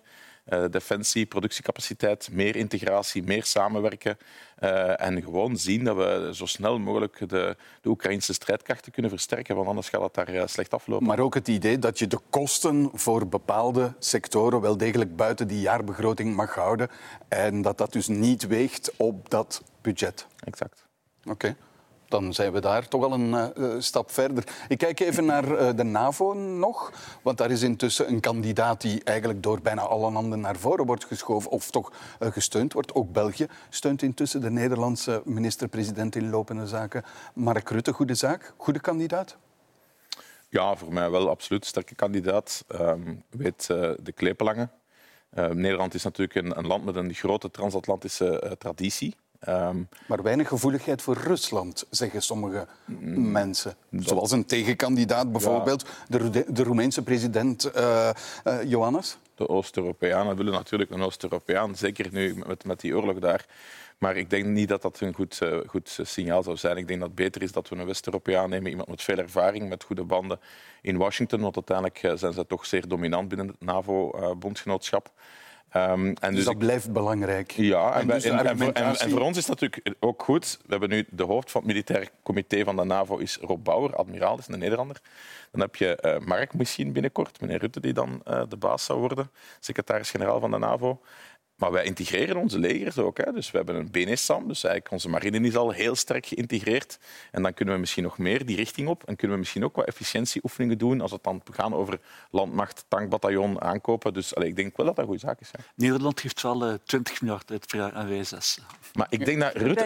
defensie, productiecapaciteit, meer integratie, meer samenwerken en gewoon zien dat we zo snel mogelijk de Oekraïnse strijdkrachten kunnen versterken, want anders gaat het daar slecht aflopen. Maar ook het idee dat je de kosten voor bepaalde sectoren wel degelijk buiten die jaarbegroting mag houden en dat dus niet weegt op dat budget. Exact. Oké. Dan zijn we daar toch al een stap verder. Ik kijk even naar de NAVO nog. Want daar is intussen een kandidaat die eigenlijk door bijna alle landen naar voren wordt geschoven. Of toch gesteund wordt. Ook België steunt intussen de Nederlandse minister-president in lopende zaken. Mark Rutte, goede zaak? Goede kandidaat? Ja, voor mij wel absoluut. Sterke kandidaat. Weet de klepenlangen. Nederland is natuurlijk een land met een grote transatlantische traditie. Maar weinig gevoeligheid voor Rusland, zeggen sommige mensen. Zoals een tegenkandidaat bijvoorbeeld, de Roemeense president Iohannis. De Oost-Europeanen willen natuurlijk een Oost-Europeaan, zeker nu met die oorlog daar. Maar ik denk niet dat dat een goed signaal zou zijn. Ik denk dat het beter is dat we een West-Europeaan nemen, iemand met veel ervaring, met goede banden in Washington. Want uiteindelijk zijn zij toch zeer dominant binnen het NAVO-bondgenootschap. Dus dat blijft belangrijk. Ja, en voor ons is het natuurlijk ook goed. We hebben nu de hoofd van het militair comité van de NAVO is Rob Bauer, admiraal, is een Nederlander. Dan heb je Mark misschien binnenkort, meneer Rutte, die dan de baas zou worden, secretaris-generaal van de NAVO. Maar wij integreren onze legers ook. Hè. Dus we hebben een BNSAM, dus eigenlijk onze marine is al heel sterk geïntegreerd. En dan kunnen we misschien nog meer die richting op. En kunnen we misschien ook wat efficiëntieoefeningen doen als het dan gaat over landmacht, tankbataljon, aankopen. Dus ik denk wel dat dat een goede zaak is. Hè. Nederland geeft wel 20 miljard uit per jaar aan WSS. Maar ik denk dat Rutte...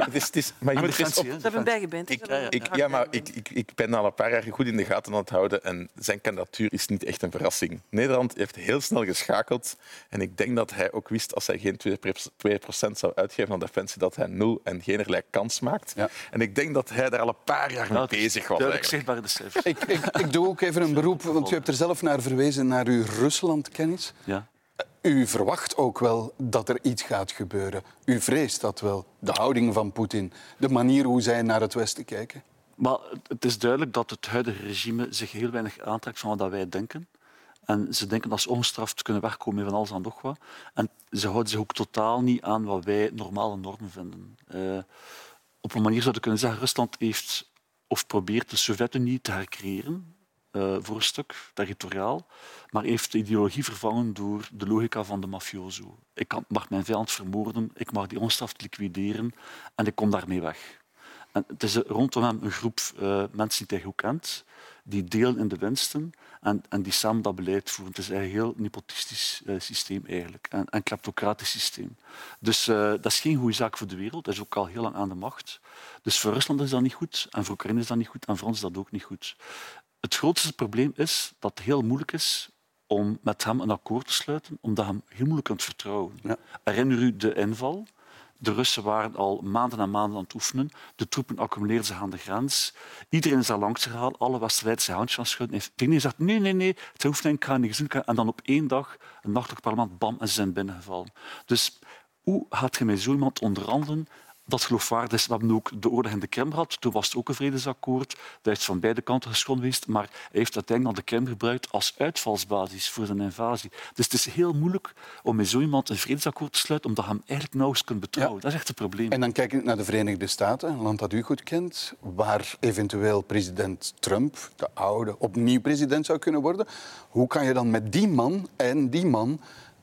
Ze hebben bijgebeend. Ik ben al een paar jaar goed in de gaten aan het houden en zijn kandidatuur is niet echt een verrassing. Nederland heeft heel snel geschakeld en ik denk dat hij ook wist als hij geen 2% zou uitgeven aan defensie, dat hij nul en geen kans maakt. Ja. En ik denk dat hij daar al een paar jaar mee bezig was. Zichtbaar de cijfers. Ik doe ook even een beroep, want u hebt er zelf naar verwezen, naar uw Ruslandkennis. Ja. U verwacht ook wel dat er iets gaat gebeuren. U vreest dat wel. De houding van Poetin, de manier hoe zij naar het Westen kijken. Maar het is duidelijk dat het huidige regime zich heel weinig aantrekt van wat wij denken. En ze denken dat ze ongestraft kunnen wegkomen met van alles en nog wat. En ze houden zich ook totaal niet aan wat wij normale normen vinden. Op een manier zou je kunnen zeggen, Rusland heeft of probeert de Sovjet-Unie te hercreëren, voor een stuk, territoriaal, maar heeft de ideologie vervangen door de logica van de mafioso. Ik mag mijn vijand vermoorden, ik mag die ongestraft liquideren en ik kom daarmee weg. En het is rondom hem een groep mensen die hij goed kent, die delen in de winsten en die samen dat beleid voeren. Het is een heel nepotistisch systeem eigenlijk, en kleptocratisch systeem. Dus dat is geen goede zaak voor de wereld. Dat is ook al heel lang aan de macht. Dus voor Rusland is dat niet goed, en voor Oekraïne is dat niet goed, en voor ons is dat ook niet goed. Het grootste probleem is dat het heel moeilijk is om met hem een akkoord te sluiten, omdat je hem heel moeilijk kunt vertrouwen. Ja. Herinner u de inval? De Russen waren al maanden en maanden aan het oefenen. De troepen accumuleerden zich aan de grens. Iedereen is daar langs gegaan. Alle West-Leidse handjes aan schudden. Iedereen zegt, nee, het hoeft niet, ik ga niet doen. En dan op één dag, een nachtelijk parlement, bam, en ze zijn binnengevallen. Dus hoe gaat je met zo iemand onderhandelen dat geloofwaardig is? We hebben ook de oorlog in de Krim gehad. Toen was het ook een vredesakkoord. Dat is van beide kanten geschonden geweest. Maar hij heeft uiteindelijk de Krim gebruikt als uitvalsbasis voor zijn invasie. Dus het is heel moeilijk om met zo iemand een vredesakkoord te sluiten, omdat je hem eigenlijk nauwelijks kunt betrouwen. Ja. Dat is echt het probleem. En dan kijk ik naar de Verenigde Staten, een land dat u goed kent, waar eventueel president Trump, de oude, opnieuw president zou kunnen worden. Hoe kan je dan met die man en die man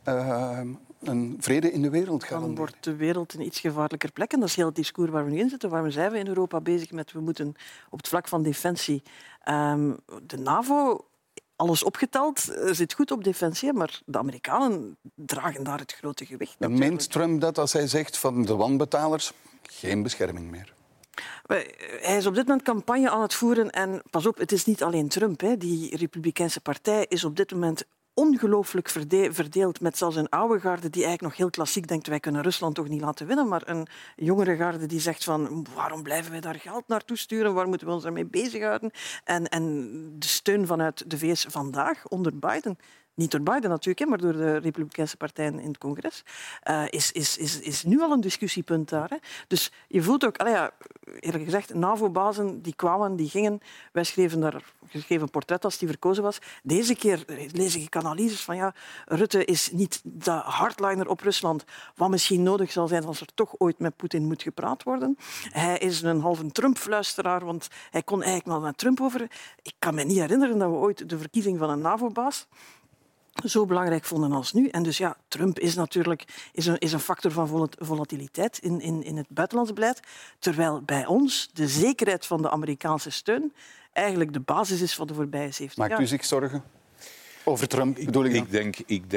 een vrede in de wereld gaan? Dan wordt de wereld een iets gevaarlijker plek. En dat is heel het discours waar we nu in zitten. Waarom zijn we in Europa bezig met we moeten op het vlak van defensie de NAVO, alles opgeteld, zit goed op defensie, maar de Amerikanen dragen daar het grote gewicht. En meent Trump dat als hij zegt van de wanbetalers geen bescherming meer? Hij is op dit moment campagne aan het voeren en pas op, het is niet alleen Trump. Hè. Die Republikeinse partij is op dit moment ongelooflijk verdeeld met zelfs een oude garde die eigenlijk nog heel klassiek denkt wij kunnen Rusland toch niet laten winnen, maar een jongere garde die zegt van waarom blijven wij daar geld naartoe sturen, waar moeten we ons daarmee bezighouden? En de steun vanuit de VS vandaag onder Biden niet door Biden natuurlijk, maar door de Republikeinse partijen in het congres, is nu al een discussiepunt daar. Hè. Dus je voelt ook, eerlijk gezegd, NAVO-bazen die kwamen, die gingen. Wij schreven een portret als die verkozen was. Deze keer lees ik analyses van Rutte is niet de hardliner op Rusland, wat misschien nodig zal zijn als er toch ooit met Poetin moet gepraat worden. Hij is een halve Trump-fluisteraar, want hij kon eigenlijk wel met Trump over. Ik kan me niet herinneren dat we ooit de verkiezing van een NAVO-baas zo belangrijk vonden als nu. En dus Trump is natuurlijk is een factor van volatiliteit in het buitenlands beleid, terwijl bij ons de zekerheid van de Amerikaanse steun eigenlijk de basis is van de voorbije 70 jaar. Maakt u zich zorgen over Trump, bedoel ik dan?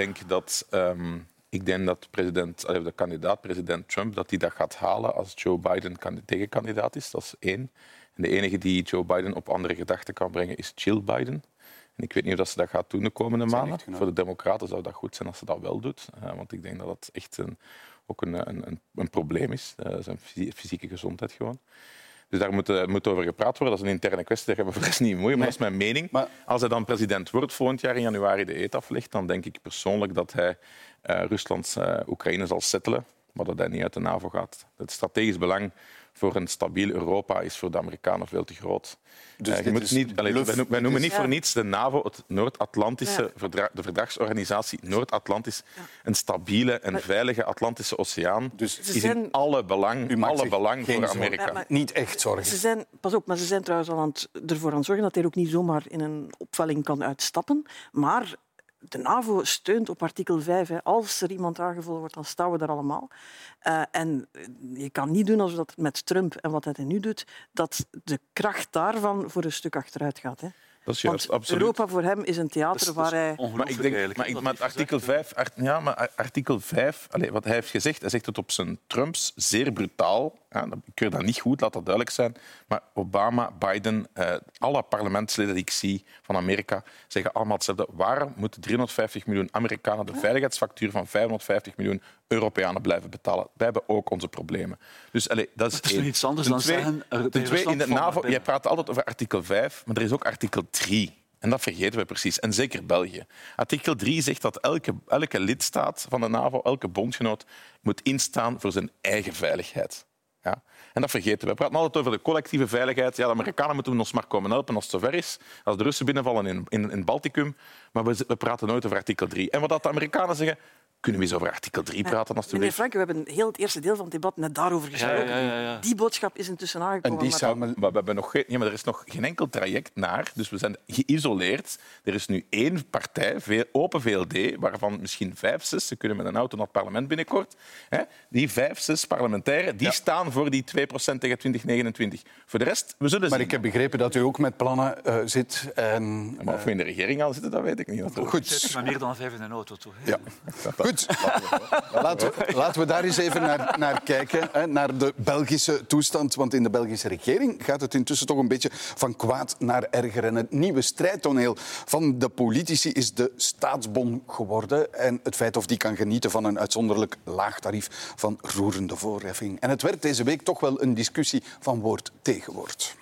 Ik denk dat de kandidaat-president Trump dat gaat halen als Joe Biden tegenkandidaat is. Dat is één. En de enige die Joe Biden op andere gedachten kan brengen is Jill Biden. En ik weet niet of ze dat gaat doen de komende maanden. Voor de Democraten zou dat goed zijn als ze dat wel doet. Want ik denk dat dat echt ook een probleem is. Zijn fysieke gezondheid gewoon. Dus daar moet over gepraat worden. Dat is een interne kwestie, daar hebben we voor de rest niet moeite. Maar dat is mijn mening. Maar als hij dan president wordt volgend jaar in januari de eet aflegt, dan denk ik persoonlijk dat hij Rusland Oekraïne zal settelen, maar dat hij niet uit de NAVO gaat. Het strategisch belang voor een stabiel Europa is voor de Amerikanen veel te groot. Dus wij noemen niet voor niets de NAVO, het Noord-Atlantische de verdragsorganisatie Noord-Atlantisch, een stabiere en veilige Atlantische Oceaan. Dus is in alle belang voor Amerika. Niet echt zorgen. Maar ze zijn trouwens al ervoor aan het zorgen dat hij ook niet zomaar in een opvelling kan uitstappen. Maar de NAVO steunt op artikel 5. Als er iemand aangevallen wordt, dan staan we daar allemaal. En je kan niet doen alsof dat met Trump en wat hij nu doet, dat de kracht daarvan voor een stuk achteruit gaat. Hè. Dat is juist, want absoluut. Europa voor hem is een theater waar hij... Maar artikel 5, wat hij heeft gezegd, hij zegt het op zijn Trumps zeer brutaal. Ja, ik keur dat niet goed, laat dat duidelijk zijn. Maar Obama, Biden, alle parlementsleden die ik zie van Amerika zeggen allemaal hetzelfde. Waarom moeten 350 miljoen Amerikanen de veiligheidsfactuur van 550 miljoen Europeanen blijven betalen? Wij hebben ook onze problemen. Dus, dat is één. Iets anders dan zeggen... Ten tweede, in de NAVO, jij praat altijd over artikel 5, maar er is ook artikel 3. En dat vergeten we precies. En zeker België. Artikel 3 zegt dat elke lidstaat van de NAVO, elke bondgenoot, moet instaan voor zijn eigen veiligheid. Ja? En dat vergeten we. We praten altijd over de collectieve veiligheid. Ja, de Amerikanen moeten ons maar komen helpen als het zover is. Als de Russen binnenvallen in het Balticum. Maar we praten nooit over artikel 3. En wat de Amerikanen zeggen... Kunnen we eens over artikel 3 praten? Meneer Franke, we hebben heel het eerste deel van het debat net daarover gesproken. Ja. Die boodschap is intussen aangekomen. Maar we hebben nog er is nog geen enkel traject naar. Dus we zijn geïsoleerd. Er is nu één partij, Open VLD, waarvan misschien 5, 6, ze kunnen met een auto naar het parlement binnenkort. Die 5, 6 parlementairen die staan voor die 2% tegen 2029. Voor de rest, we zullen zien. Ik heb begrepen dat u ook met plannen zit. Maar of we in de regering gaan zitten, dat weet ik niet. Goed. Maar meer dan 5 in een auto, toch? Ja. Goed. Laten we daar eens even naar kijken, naar de Belgische toestand. Want in de Belgische regering gaat het intussen toch een beetje van kwaad naar erger. En het nieuwe strijdtoneel van de politici is de staatsbon geworden. En het feit of die kan genieten van een uitzonderlijk laag tarief van roerende voorheffing. En het werd deze week toch wel een discussie van woord tegen woord.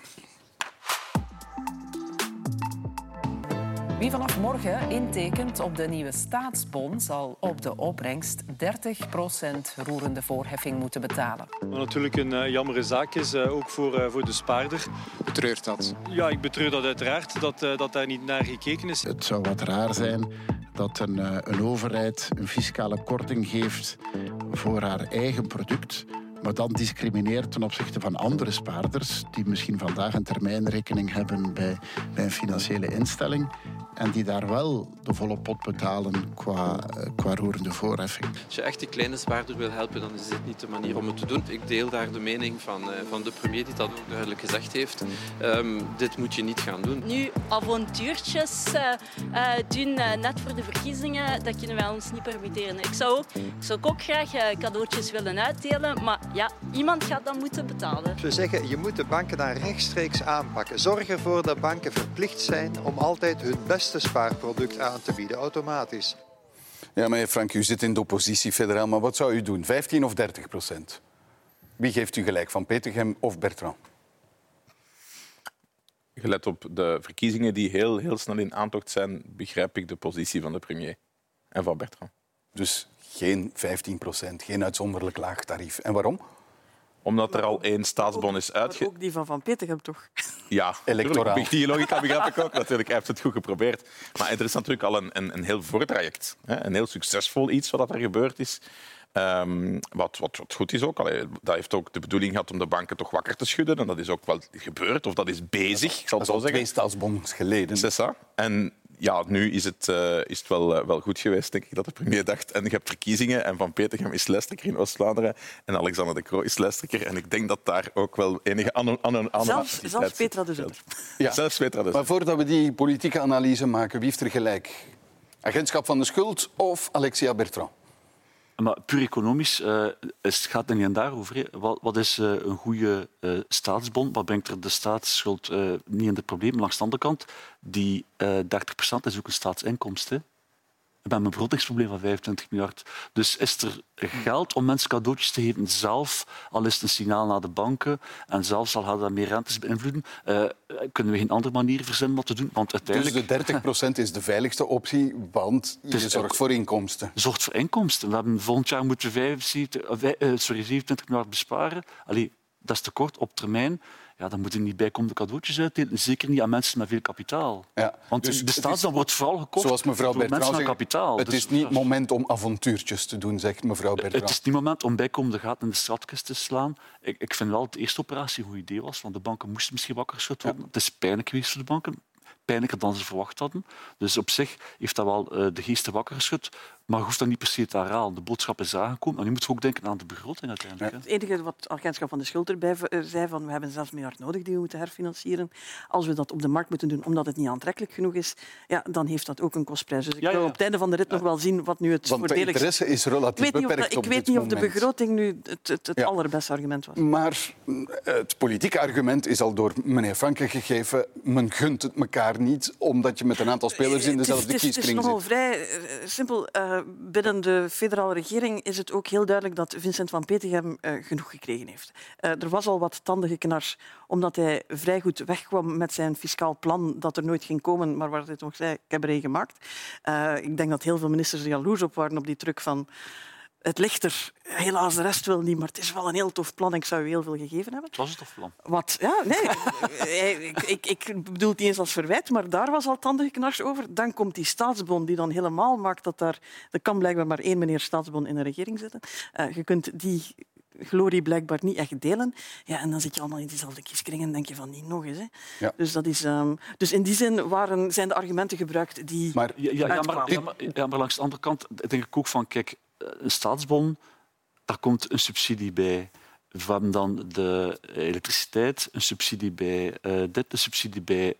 Wie vanaf morgen intekent op de nieuwe staatsbon zal op de opbrengst 30% roerende voorheffing moeten betalen. Wat natuurlijk een jammere zaak is, ook voor de spaarder. Betreurt dat? Ja, ik betreur dat uiteraard, dat daar niet naar gekeken is. Het zou wat raar zijn dat een overheid een fiscale korting geeft voor haar eigen product, maar dan discrimineert ten opzichte van andere spaarders die misschien vandaag een termijnrekening hebben bij een financiële instelling en die daar wel de volle pot betalen qua roerende voorheffing. Als je echt die kleine spaarder wil helpen, dan is dit niet de manier om het te doen. Ik deel daar de mening van de premier, die dat ook duidelijk gezegd heeft. Dit moet je niet gaan doen. Nu avontuurtjes doen net voor de verkiezingen, dat kunnen wij ons niet permitteren. Ik zou ook graag cadeautjes willen uitdelen, maar ja, iemand gaat dat moeten betalen. We zeggen, je moet de banken dan rechtstreeks aanpakken. Zorg ervoor dat banken verplicht zijn om altijd hun beste spaarproduct aan te bieden, automatisch. Ja, meneer Frank, u zit in de oppositie federaal, maar wat zou u doen? 15 of 30%? Wie geeft u gelijk, Van Petegem of Bertrand? gelet op de verkiezingen die heel snel in aantocht zijn, begrijp ik de positie van de premier en van Bertrand. Dus geen 15%, geen uitzonderlijk laag tarief. En waarom? Omdat er al 1 staatsbon is Maar ook die van Petegem, toch? Ja, electoraal. Die logica begrijp ik ook natuurlijk. Hij heeft het goed geprobeerd. Maar er is natuurlijk al een heel voortraject. Een heel succesvol iets wat er gebeurd is. Wat goed is ook. Dat heeft ook de bedoeling gehad om de banken toch wakker te schudden. En dat is ook wel gebeurd, of dat is bezig, ik zal het zo zeggen. 2 staatsbons geleden. C'est ça. En ja, nu is het wel goed geweest, denk ik, dat de premier dacht. En je hebt verkiezingen en Van Petegem is lijsttrekker in Oost-Vlaanderen en Alexander De Croo is lijsttrekker. En ik denk dat daar ook wel enige Zelfs Petra de Zutter. Ja. Zelfs Petra de Maar voordat we die politieke analyse maken, wie heeft er gelijk? Agentschap van de Schuld of Alexia Bertrand? Maar puur economisch gaat het niet daarover. Hè. Wat is een goede staatsbon? Wat brengt er de staatsschuld niet in de problemen? Langs de andere kant, die 30% is ook een staatsinkomsten. We hebben een begrotingsprobleem van 25 miljard. Dus is er geld om mensen cadeautjes te geven zelf, al is het een signaal naar de banken, en zelfs al gaat dat meer rentes beïnvloeden, kunnen we geen andere manier verzinnen wat te doen. Want uiteindelijk... Dus de 30% is de veiligste optie, want je zorgt voor inkomsten. Zorgt voor inkomsten. We hebben volgend jaar moeten 27 miljard besparen. Allee, dat is tekort op termijn. Ja, dan moeten niet bijkomende cadeautjes uitdelen. Zeker niet aan mensen met veel kapitaal. Ja, want dus de staatsbon wordt vooral gekocht zoals mevrouw door mensen met kapitaal. Het is niet het moment om avontuurtjes te doen, zegt mevrouw Bertrand. Het is niet het moment om bijkomende gaten in de schatkist te slaan. Ik vind wel dat de eerste operatie een goed idee was, want de banken moesten misschien wakker geschud worden. Ja. Het is pijnlijk geweest voor de banken. Pijnlijker dan ze verwacht hadden. Dus op zich heeft dat wel de geesten wakker geschud. Maar je hoeft dat niet per se te herhalen. De boodschap is aangekomen. En nu moet je ook denken aan de begroting uiteindelijk. Ja. Het enige wat het agentschap van de Schuld erbij zei, van we hebben 6 miljard nodig die we moeten herfinancieren. Als we dat op de markt moeten doen omdat het niet aantrekkelijk genoeg is, ja, dan heeft dat ook een kostprijs. Dus ik wil op het einde van de rit nog wel zien wat nu het voordeligste... Want de interesse is relatief beperkt op dit moment. Ik weet niet of de begroting nu het allerbeste argument was. Maar het politieke argument is al door meneer Franke gegeven. Men gunt het elkaar niet, omdat je met een aantal spelers in dezelfde kieskring zit. Het is nogal vrij simpel. Binnen de federale regering is het ook heel duidelijk dat Vincent Van Petegem genoeg gekregen heeft. Er was al wat tandengeknars, omdat hij vrij goed wegkwam met zijn fiscaal plan dat er nooit ging komen, maar waar hij toch zei, ik heb er een gemaakt. Ik denk dat heel veel ministers er jaloers op waren op die truc van... Het ligt er. Helaas, de rest wil niet, maar het is wel een heel tof plan. Ik zou u heel veel gegeven hebben. Het was een tof plan. Wat? Ja, nee. ik bedoel het niet eens als verwijt, maar daar was al tandengeknars over. Dan komt die staatsbon, die dan helemaal maakt dat daar... Er kan blijkbaar maar 1 meneer staatsbon in de regering zitten. Je kunt die glorie blijkbaar niet echt delen. Ja, en dan zit je allemaal in diezelfde kieskring en denk je van niet nog eens. Hè. Ja. Dus, dat is, dus in die zin zijn de argumenten gebruikt die... Maar langs de andere kant denk ik ook van... Kijk, een staatsbon, daar komt een subsidie bij. We hebben dan de elektriciteit, een subsidie bij een subsidie bij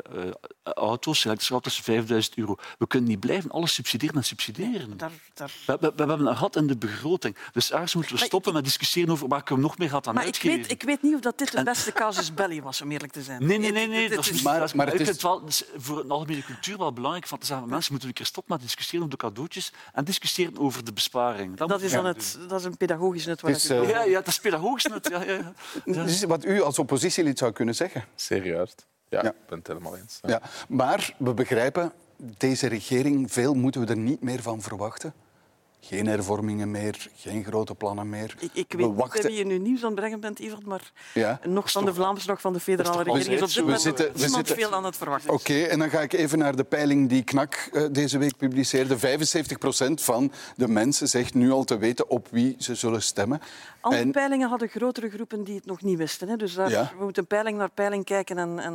auto's, elektrische auto's, €5.000. We kunnen niet blijven alles subsidiëren en subsidiëren. We hebben een gat in de begroting. Dus ergens moeten we stoppen met discussiëren over waar we nog meer geld aan uitgeven. Ik weet niet of dit de beste casus belli was, om eerlijk te zijn. Nee. Dat is niet. Maar ik vind het wel voor een algemene cultuur wel belangrijk van te zeggen, mensen moeten een keer stoppen met discussiëren over de cadeautjes en discussiëren over de besparing. Dat is een pedagogisch nut. Ja, dat is pedagogisch nut. Ja. Dat is wat u als oppositielid zou kunnen zeggen. Serieus. Ja, ik ben het helemaal eens. Ja. Maar we begrijpen, deze regering, veel moeten we er niet meer van verwachten. Geen hervormingen meer, geen grote plannen meer. Ik weet niet wie je nu nieuws aan het brengen bent, Ivan, maar nog van de Vlaamse, nog van de federale regering is op dit moment niemand veel aan het verwachten. Oké, en dan ga ik even naar de peiling die KNAK deze week publiceerde. 75% van de mensen zegt nu al te weten op wie ze zullen stemmen. Andere peilingen hadden grotere groepen die het nog niet wisten. Hè. Dus we moeten peiling naar peiling kijken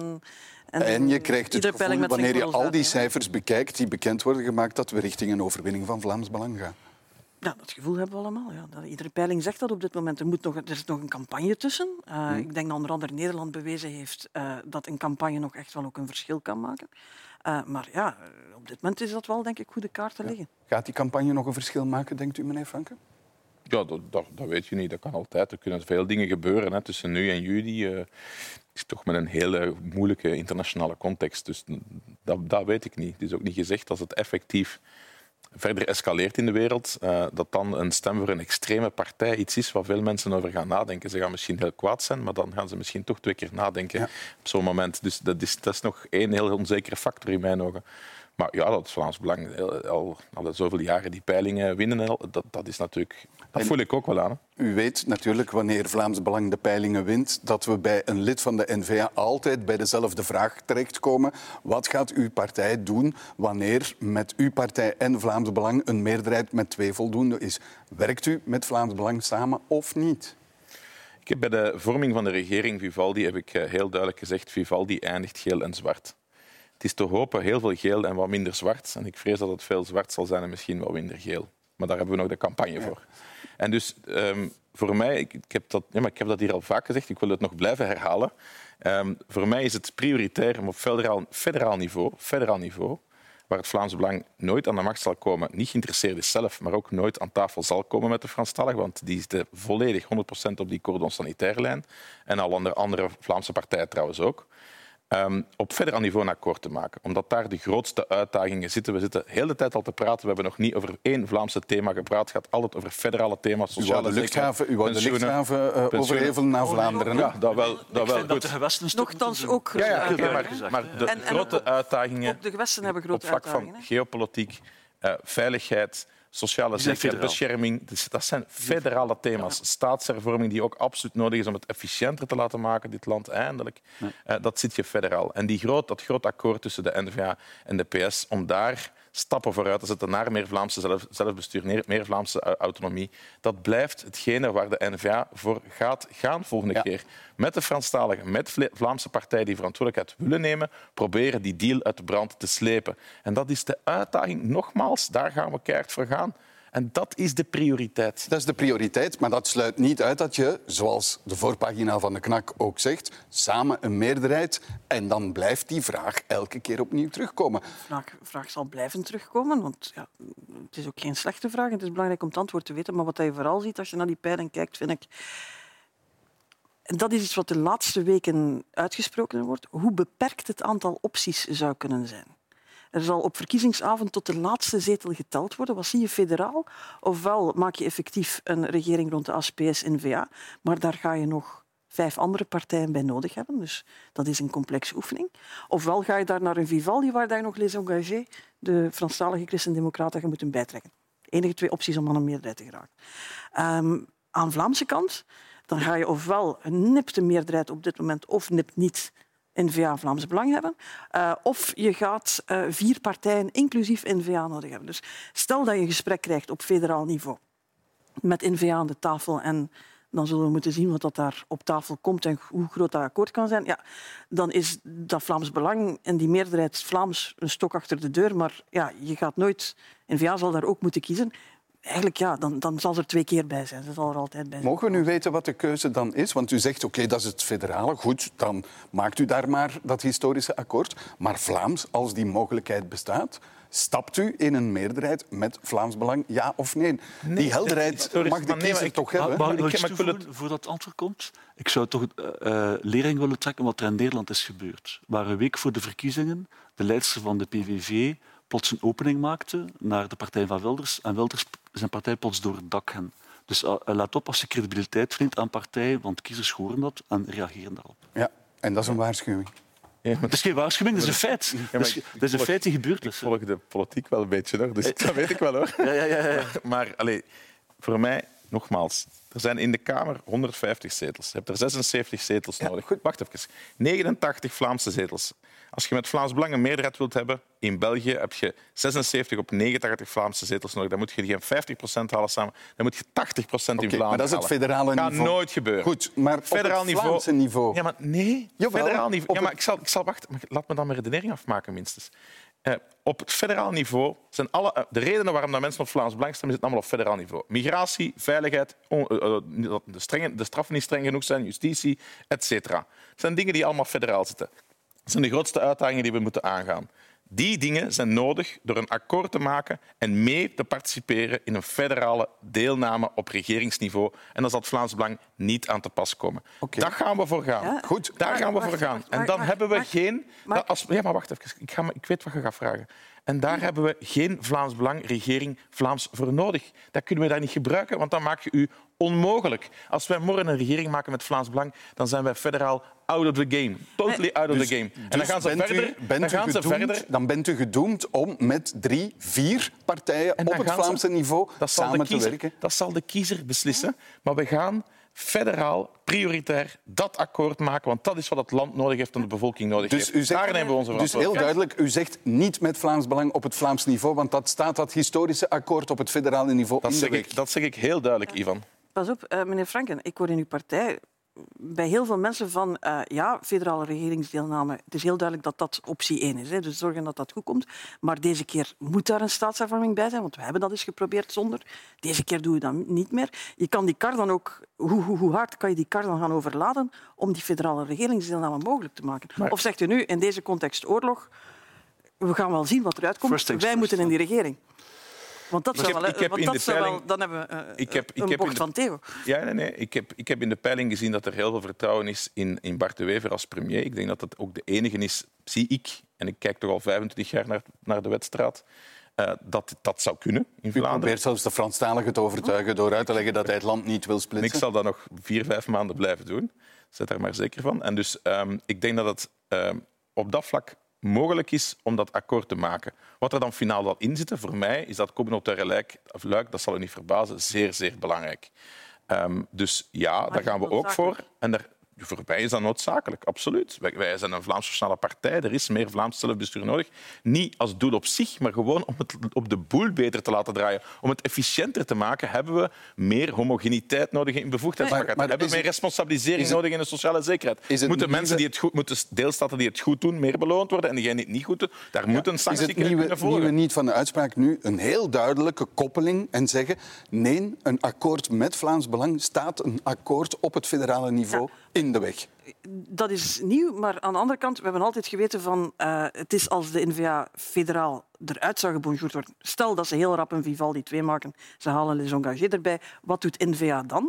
en je krijgt het gevoel, wanneer je al die cijfers bekijkt die bekend worden gemaakt, dat we richting een overwinning van Vlaams Belang gaan. Ja, dat gevoel hebben we allemaal. Ja. Iedere peiling zegt dat op dit moment. Er is nog een campagne tussen. Ik denk dat onder andere Nederland bewezen heeft dat een campagne nog echt wel ook een verschil kan maken. Maar ja, op dit moment is dat wel, denk ik, goede kaart te liggen. Gaat die campagne nog een verschil maken, denkt u, meneer Franke? Ja, dat weet je niet. Dat kan altijd. Er kunnen veel dingen gebeuren. Hè. Tussen nu en juli is toch met een hele moeilijke internationale context. Dus dat weet ik niet. Het is ook niet gezegd dat het effectief verder escaleert in de wereld, dat dan een stem voor een extreme partij iets is waar veel mensen over gaan nadenken. Ze gaan misschien heel kwaad zijn, maar dan gaan ze misschien toch 2 keer nadenken op zo'n moment. Dus dat is nog één heel onzekere factor in mijn ogen. Maar ja, dat Vlaams Belang al zoveel jaren die peilingen winnen, dat is natuurlijk... Dat voel ik ook wel aan. Hè. U weet natuurlijk, wanneer Vlaams Belang de peilingen wint, dat we bij een lid van de N-VA altijd bij dezelfde vraag terechtkomen. Wat gaat uw partij doen wanneer met uw partij en Vlaams Belang een meerderheid met 2 voldoende is? Werkt u met Vlaams Belang samen of niet? Ik heb bij de vorming van de regering Vivaldi heb ik heel duidelijk gezegd, Vivaldi eindigt geel en zwart. Het is te hopen heel veel geel en wat minder zwart. En ik vrees dat het veel zwart zal zijn en misschien wat minder geel. Maar daar hebben we nog de campagne voor. En dus voor mij, ik heb dat hier al vaak gezegd, ik wil het nog blijven herhalen. Voor mij is het prioritair om op federaal niveau, waar het Vlaams Belang nooit aan de macht zal komen, niet geïnteresseerd is zelf, maar ook nooit aan tafel zal komen met de Franstaligen, want die is volledig 100% op die cordon sanitaire lijn. En al andere Vlaamse partijen trouwens ook. Op federaal niveau een akkoord te maken. Omdat daar de grootste uitdagingen zitten. We zitten de hele tijd al te praten. We hebben nog niet over 1 Vlaamse thema gepraat. Het gaat altijd over federale thema's. U wou de luchthaven overhevelen naar Vlaanderen. Ja, dat wel. Dat de gewesten nogthans ook maar de grote uitdagingen op de gewesten hebben grote op vlak uitdagingen, van geopolitiek, veiligheid, sociale zekerheid, bescherming. Dat zijn federale thema's. Staatshervorming die ook absoluut nodig is om het efficiënter te laten maken, dit land eindelijk. Dat zit je federaal. En dat groot akkoord tussen de N-VA en de PS, om daar stappen vooruit te zetten naar meer Vlaamse zelfbestuur, meer Vlaamse autonomie, dat blijft hetgene waar de N-VA voor gaat gaan volgende keer. Met de Franstaligen, met Vlaamse partijen die verantwoordelijkheid willen nemen, proberen die deal uit de brand te slepen. En dat is de uitdaging. Nogmaals, daar gaan we keihard voor gaan. En dat is de prioriteit. Dat is de prioriteit, maar dat sluit niet uit dat je, zoals de voorpagina van de Knak ook zegt, samen een meerderheid en dan blijft die vraag elke keer opnieuw terugkomen. De vraag zal blijven terugkomen, want ja, het is ook geen slechte vraag. Het is belangrijk om het antwoord te weten, maar wat je vooral ziet als je naar die peiling kijkt, vind ik... En dat is iets wat de laatste weken uitgesproken wordt. Hoe beperkt het aantal opties zou kunnen zijn. Er zal op verkiezingsavond tot de laatste zetel geteld worden. Wat zie je federaal? Ofwel maak je effectief een regering rond de ASPS-N-VA, maar daar ga je nog 5 andere partijen bij nodig hebben. Dus dat is een complexe oefening. Ofwel ga je daar naar een Vivaldi, waar daar nog les engagés, de Franstalige Christen-Democraten, gaan moeten bijtrekken. Enige 2 opties om aan een meerderheid te geraken. Aan Vlaamse kant, dan ga je ofwel een nipte meerderheid op dit moment of nipt niet N-VA Vlaams Belang hebben. Of je gaat 4 partijen, inclusief N-VA, nodig hebben. Dus stel dat je een gesprek krijgt op federaal niveau met N-VA aan de tafel en dan zullen we moeten zien wat dat daar op tafel komt en hoe groot dat akkoord kan zijn. Ja, dan is dat Vlaams Belang en die meerderheid Vlaams een stok achter de deur. Maar ja, je gaat nooit... N-VA zal daar ook moeten kiezen. Eigenlijk ja, dan zal ze er 2 keer bij zijn. Ze zal er altijd bij zijn. Mogen we nu weten wat de keuze dan is? Want u zegt, oké, dat is het federale. Goed, dan maakt u daar maar dat historische akkoord. Maar Vlaams, als die mogelijkheid bestaat, stapt u in een meerderheid met Vlaams Belang, ja of nee? Die helderheid mag de kiezer toch hebben? Maar voordat het antwoord komt, ik zou toch lering willen trekken wat er in Nederland is gebeurd. Waar een week voor de verkiezingen de leidster van de PVV plots een opening maakte naar de partij van Wilders en Wilders zijn partij plots door het dak ging. Dus let op als je credibiliteit verleent aan partijen, want kiezers horen dat en reageren daarop. Ja, en dat is een waarschuwing. Ja, maar het is geen waarschuwing, dat is een feit. Dat is een feit die gebeurd is. Ik volg de politiek wel een beetje, hoor. Dus dat weet ik wel, hoor. Ja. Maar voor mij, nogmaals, er zijn in de Kamer 150 zetels. Je hebt er 76 zetels nodig. Goed, wacht even. 89 Vlaamse zetels. Als je met Vlaams Belang een meerderheid wilt hebben, in België heb je 76 op 89 Vlaamse zetels nodig. Dan moet je geen 50% halen samen. Dan moet je 80% in Vlaanderen halen. Maar dat is het federale niveau. Dat gaat nooit gebeuren. Goed, maar federaal op het Vlaamse niveau... Ja, maar nee. Jawel, federaal niveau. Ja, maar ik zal wachten. Maar laat me dan mijn redenering afmaken, minstens. Op het federaal niveau zijn de redenen waarom dat mensen op Vlaams Belang stemmen, zitten allemaal op federaal niveau. Migratie, veiligheid, de straffen niet streng genoeg zijn, justitie, etc. Dat zijn dingen die allemaal federaal zitten. Dat zijn de grootste uitdagingen die we moeten aangaan. Die dingen zijn nodig door een akkoord te maken en mee te participeren in een federale deelname op regeringsniveau. En daar zal het Vlaams Belang niet aan te pas komen. Daar gaan we voor gaan. Ja? Goed, daar gaan we voor gaan. En dan hebben we geen... Ja, maar wacht even. Ik weet wat je gaat vragen. En daar hebben we geen Vlaams Belang, regering Vlaams voor nodig. Dat kunnen we daar niet gebruiken, want dan maak je u onmogelijk. Als wij morgen een regering maken met Vlaams Belang, dan zijn wij federaal out of the game. Totally out of the game. En dan gaan ze verder... Dan bent u gedoemd om met 3, 4 partijen op het Vlaamse niveau samen te werken. Dat zal de kiezer beslissen. Maar we gaan federaal, prioritair dat akkoord maken, want dat is wat het land nodig heeft en de bevolking nodig heeft. Daar nemen we onze verantwoordelijkheid. Dus heel duidelijk, u zegt niet met Vlaams Belang op het Vlaams niveau, want dat staat dat historische akkoord op het federale niveau in de weg. Dat zeg ik heel duidelijk, Ivan. Pas op, meneer Franken, ik hoor in uw partij bij heel veel mensen van federale regeringsdeelname. Het is heel duidelijk dat dat optie 1 is. Hè, dus zorgen dat dat goed komt. Maar deze keer moet daar een staatshervorming bij zijn, want we hebben dat eens geprobeerd zonder. Deze keer doen we dat niet meer. Je kan die kar dan ook... Hoe hard kan je die kar dan gaan overladen om die federale regeringsdeelname mogelijk te maken? Maar... Of zegt u nu, in deze context oorlog, we gaan wel zien wat eruit komt. Wij moeten in die regering. Want dat zou wel... Dan hebben we een bocht van Theo. Ja, nee. Ik heb in de peiling gezien dat er heel veel vertrouwen is in Bart de Wever als premier. Ik denk dat dat ook de enige is, zie ik, en ik kijk toch al 25 jaar naar de Wetstraat, dat zou kunnen in Vlaanderen. U probeert zelfs de Franstaligen te overtuigen door uit te leggen dat hij het land niet wil splitsen. En ik zal dat nog 4-5 maanden blijven doen. Zet daar maar zeker van. En dus ik denk dat het op dat vlak mogelijk is om dat akkoord te maken. Wat er dan finaal wel in zit, voor mij, is dat communautaire luik, dat zal u niet verbazen, zeer, zeer belangrijk. Dus ja, daar gaan we ook voor. En voor mij is dat noodzakelijk, absoluut. Wij zijn een Vlaamse nationale partij, er is meer Vlaams zelfbestuur nodig. Niet als doel op zich, maar gewoon om het op de boel beter te laten draaien. Om het efficiënter te maken, hebben we meer homogeniteit nodig in bevoegdheidspakket. We hebben meer responsabilisering nodig in de sociale zekerheid. Moeten deelstaten die het goed doen meer beloond worden en diegenen die het niet goed doen, daar moet een sanctie kunnen volgen. Nieuwe niet van de uitspraak nu een heel duidelijke koppeling en zeggen nee, een akkoord met Vlaams Belang staat een akkoord op het federale niveau in de weg. Dat is nieuw, maar aan de andere kant, we hebben altijd geweten van het is als de N-VA federaal eruit zou gebonjourd worden. Stel dat ze heel rap een Vivaldi 2 maken, ze halen Les Engagés erbij. Wat doet N-VA dan?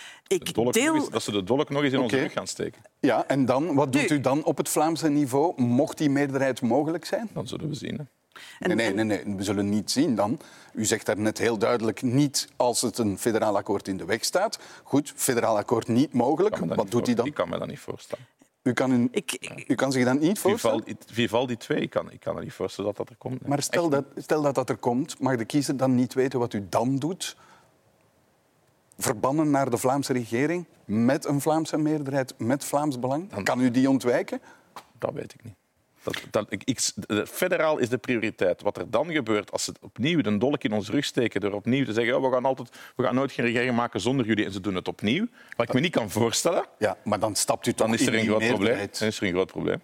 Dat ze de dolk nog eens in onze rug gaan steken. Ja, en dan? Wat doet u dan op het Vlaamse niveau? Mocht die meerderheid mogelijk zijn? Dan zullen we zien. Hè. Nee, we zullen niet zien dan. U zegt daar net heel duidelijk niet als het een federaal akkoord in de weg staat. Goed, federaal akkoord niet mogelijk. Wat doet hij dan? Ik kan me dat niet voorstellen. U kan zich dat niet voorstellen? Vivaldi 2, ik kan me niet voorstellen dat er komt. Nee. Maar stel dat er komt, mag de kiezer dan niet weten wat u dan doet? Verbannen naar de Vlaamse regering met een Vlaamse meerderheid, met Vlaams Belang? Kan u die ontwijken? Dat weet ik niet. Federaal is de prioriteit. Wat er dan gebeurt als ze opnieuw de dolk in ons rug steken door opnieuw te zeggen we gaan nooit geen regering maken zonder jullie en ze doen het opnieuw, wat ik me niet kan voorstellen. Ja, maar dan stapt u toch in die meerderheid. Dan is er een groot probleem.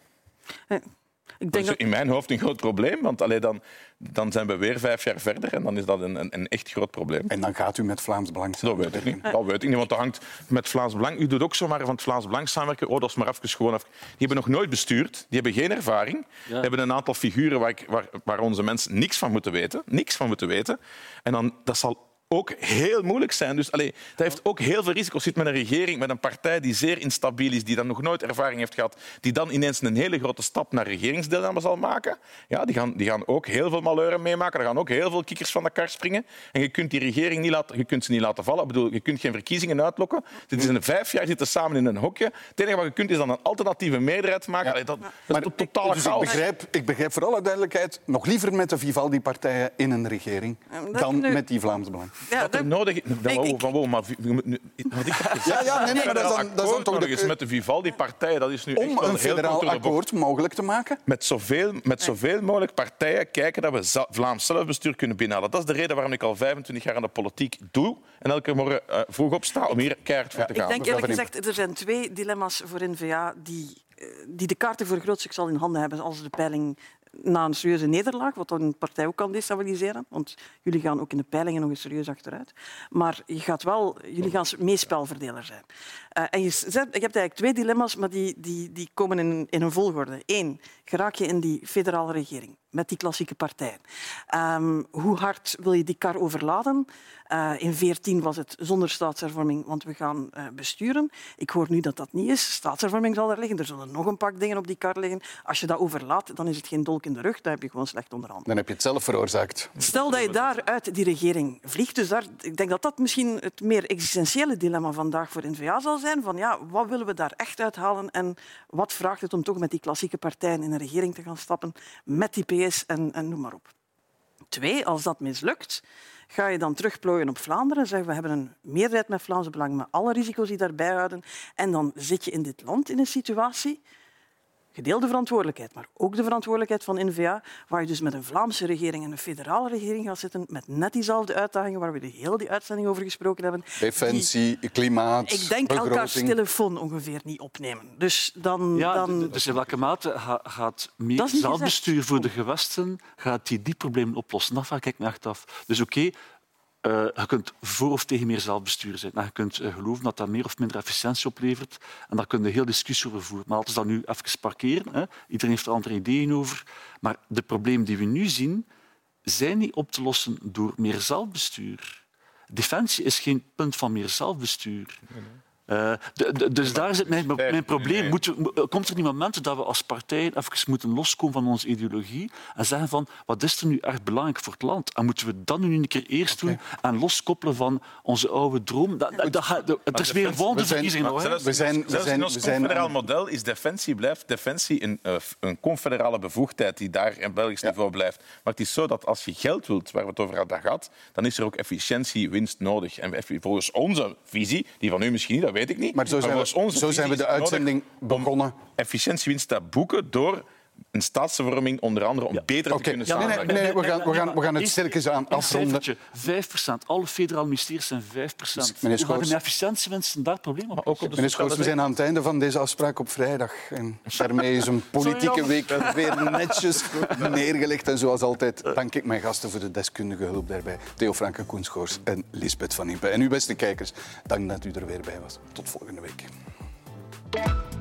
Ik denk in mijn hoofd een groot probleem, want dan zijn we weer 5 jaar verder en dan is dat een echt groot probleem. En dan gaat u met Vlaams Belang samenwerken? Dat weet ik niet, want dat hangt met Vlaams Belang. U doet ook zomaar van het Vlaams Belang samenwerken. Dat is maar even. Die hebben nog nooit bestuurd, die hebben geen ervaring. Die hebben een aantal figuren waar onze mensen niks van moeten weten. En dan, dat zal ook heel moeilijk zijn. Dus dat heeft ook heel veel risico's. Zit met een regering, met een partij die zeer instabiel is, die dan nog nooit ervaring heeft gehad, die dan ineens een hele grote stap naar regeringsdeelname zal maken. Ja, die gaan ook heel veel malheuren meemaken. Er gaan ook heel veel kikkers van de kar springen. En je kunt die regering niet laten vallen. Ik bedoel, je kunt geen verkiezingen uitlokken. Dit is 5 jaar zitten samen in een hokje. Het enige wat je kunt is dan een alternatieve meerderheid maken. Ja, dat is totale chaos. Ik begrijp voor alle duidelijkade nog liever met de Vivaldi-partijen in een regering dan met die Vlaams Belang. Wat er nodig is... Maar dat is dan toch is met de Vivaldi-partijen. Dat is nu om echt een federaal akkoord mogelijk te maken? Met zoveel mogelijk partijen kijken dat we Vlaams zelfbestuur kunnen binnenhalen. Dat is de reden waarom ik al 25 jaar aan de politiek doe en elke morgen vroeg opsta om hier keihard voor te gaan. Ik denk eerlijk gezegd, er zijn 2 dilemma's voor N-VA die de kaarten voor groot succes in handen hebben als de peiling na een serieuze nederlaag, wat dan een partij ook kan destabiliseren. Want jullie gaan ook in de peilingen nog eens serieus achteruit. Maar jullie gaan meespelverdeler zijn. En je hebt eigenlijk 2 dilemma's, maar die komen in een volgorde. 1, geraak je in die federale regering met die klassieke partijen. Hoe hard wil je die kar overladen? In 2014 was het zonder staatshervorming, want we gaan besturen. Ik hoor nu dat dat niet is. Staatshervorming zal er liggen. Er zullen nog een pak dingen op die kar liggen. Als je dat overlaat, dan is het geen dolk in de rug. Dan heb je gewoon slecht onderhandeld. Dan heb je het zelf veroorzaakt. Stel dat je daar uit die regering vliegt. Dus ik denk dat dat misschien het meer existentiële dilemma vandaag voor N-VA zal zijn. Van, ja, wat willen we daar echt uithalen en wat vraagt het om toch met die klassieke partijen in een regering te gaan stappen met die PS en noem maar op. 2, als dat mislukt, ga je dan terugplooien op Vlaanderen en zeggen we hebben een meerderheid met Vlaamse Belang met alle risico's die daarbij houden. En dan zit je in dit land in een situatie, gedeelde verantwoordelijkheid, maar ook de verantwoordelijkheid van N-VA, waar je dus met een Vlaamse regering en een federale regering gaat zitten met net diezelfde uitdagingen waar we de hele die uitzending over gesproken hebben. Defensie, klimaat, ik denk begroting. elkaars telefoon ongeveer niet opnemen. Dus dus in welke mate gaat meer zelfbestuur voor de gewesten gaat die problemen oplossen? Dat vraag ik me echt af. Dus oké, je kunt voor of tegen meer zelfbestuur zijn. En je kunt geloven dat dat meer of minder efficiëntie oplevert. En daar kun je heel discussie over voeren. Maar laten we dat nu even parkeren. Hè. Iedereen heeft er andere ideeën over. Maar de problemen die we nu zien, zijn niet op te lossen door meer zelfbestuur. Defensie is geen punt van meer zelfbestuur. Dus daar zit mijn probleem. Komt er niet moment dat we als partijen even moeten loskomen van onze ideologie en zeggen van wat is er nu echt belangrijk voor het land? En moeten we dat nu een keer eerst doen en loskoppelen van onze oude droom? Het is weer een volgende verkiezing. Zelfs in ons confederaal model is blijft defensie een confederale bevoegdheid die daar in Belgisch niveau blijft. Maar het is zo dat als je geld wilt, waar we het over hadden gehad, dan is er ook efficiëntiewinst nodig. En volgens onze visie, die van u misschien niet, dat weet ik niet. Maar zo zijn we de uitzending begonnen. Efficiëntiewinst te boeken door een staatshervorming onder andere om beter te kunnen samenwerken. Nee, we gaan het stilletjes aan afronden. 5%. Alle federale ministeries zijn 5%. Hoe gaan de efficiëntiewinsten daar problemen op? Meneer Schoors, we zijn aan het einde van deze afspraak op vrijdag. En daarmee is een politieke week weer netjes neergelegd. En zoals altijd dank ik mijn gasten voor de deskundige hulp daarbij. Theo Franke, Koen Schoors en Lisbeth van Impe. En uw beste kijkers, dank dat u er weer bij was. Tot volgende week.